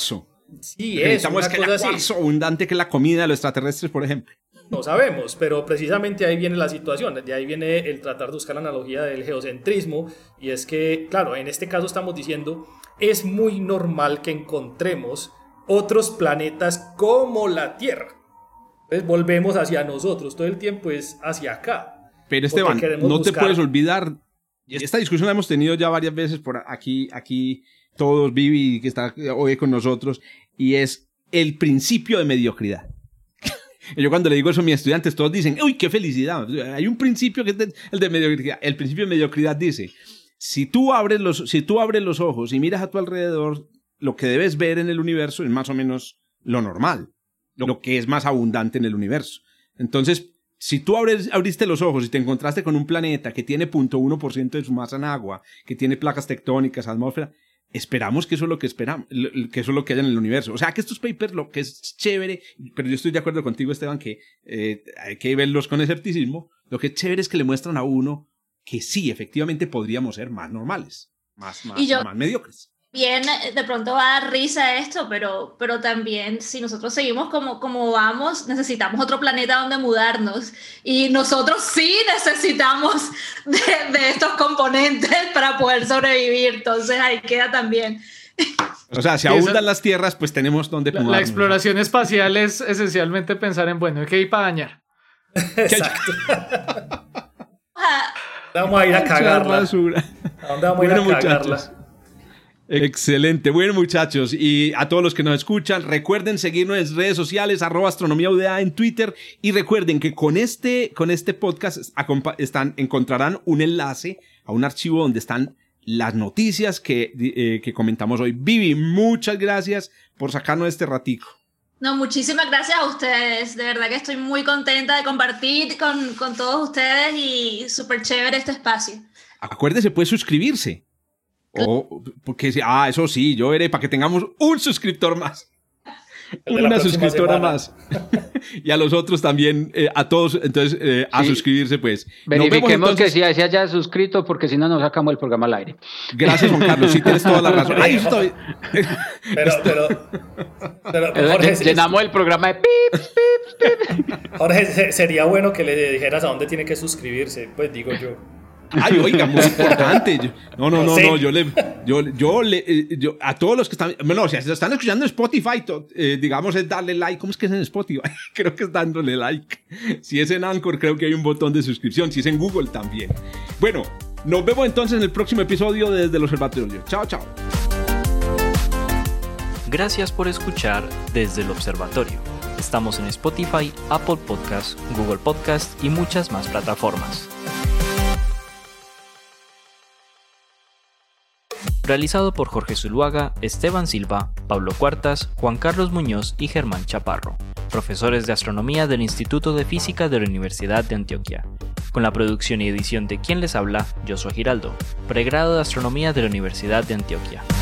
Sí, es una que cosa el así. cuarzo abundante que la comida de los extraterrestres, por ejemplo. No sabemos, pero precisamente ahí viene la situación, de ahí viene el tratar de buscar la analogía del geocentrismo, y es que, claro, en este caso estamos diciendo, es muy normal que encontremos otros planetas como la Tierra. Entonces volvemos hacia nosotros, todo el tiempo es hacia acá. Pero Esteban, no te puedes olvidar, y esta discusión la hemos tenido ya varias veces por aquí todos, Vivi, que está hoy con nosotros, y es el principio de mediocridad. Yo cuando le digo eso a mis estudiantes, todos dicen, uy, qué felicidad. Hay un principio que es el de mediocridad. El principio de mediocridad dice, si tú abres los ojos y miras a tu alrededor, lo que debes ver en el universo es más o menos lo normal, lo que es más abundante en el universo. Entonces, si tú abriste los ojos y te encontraste con un planeta que tiene 0.1% de su masa en agua, que tiene placas tectónicas, atmósfera, esperamos que eso es lo que esperamos, que eso es lo que haya en el universo. O sea, que estos papers, lo que es chévere, pero yo estoy de acuerdo contigo, Esteban, que hay que verlos con escepticismo. Lo que es chévere es que le muestran a uno que sí, efectivamente podríamos ser más normales, más mediocres. Bien, de pronto va a dar risa esto, pero también si nosotros seguimos como vamos, necesitamos otro planeta donde mudarnos, y nosotros sí necesitamos de estos componentes para poder sobrevivir, entonces ahí queda también. O sea, si abundan las tierras, pues tenemos donde mudarnos. La exploración espacial es esencialmente pensar en, bueno, ¿qué hay para dañar? Exacto. Vamos a ir a cagarla. ¿A dónde vamos a ir a cagarla? Muchachos. Excelente. Bueno, muchachos, y a todos los que nos escuchan, recuerden seguirnos en redes sociales, @astronomiaUDA en Twitter, y recuerden que con este podcast encontrarán un enlace a un archivo donde están las noticias que comentamos hoy. Vivi, muchas gracias por sacarnos este ratico. No, muchísimas gracias a ustedes. De verdad que estoy muy contenta de compartir con todos ustedes, y súper chévere este espacio. Acuérdese, puede suscribirse. Porque eso sí, yo veré para que tengamos un suscriptor más. Una suscriptora más. Y a los otros también, a todos, entonces, a suscribirse, pues. Verifiquemos que sí se haya suscrito, porque si no, nos sacamos el programa al aire. Gracias, Juan Carlos, sí tienes toda la razón. Ahí estoy. Pero Jorge, llenamos el programa de pip. Jorge, sería bueno que le dijeras a dónde tiene que suscribirse, pues digo yo. Ay, oiga, muy importante. No, yo a todos los que están, bueno, si se están escuchando en Spotify, digamos, es darle like. ¿Cómo es que es en Spotify? Creo que es dándole like. Si es en Anchor, creo que hay un botón de suscripción. Si es en Google, también. Bueno, nos vemos entonces en el próximo episodio de Desde el Observatorio. Chao, chao. Gracias por escuchar Desde el Observatorio. Estamos en Spotify, Apple Podcasts, Google Podcasts y muchas más plataformas. Realizado por Jorge Zuluaga, Esteban Silva, Pablo Cuartas, Juan Carlos Muñoz y Germán Chaparro, profesores de astronomía del Instituto de Física de la Universidad de Antioquia. Con la producción y edición de Quien les habla, yo soy Giraldo, pregrado de astronomía de la Universidad de Antioquia.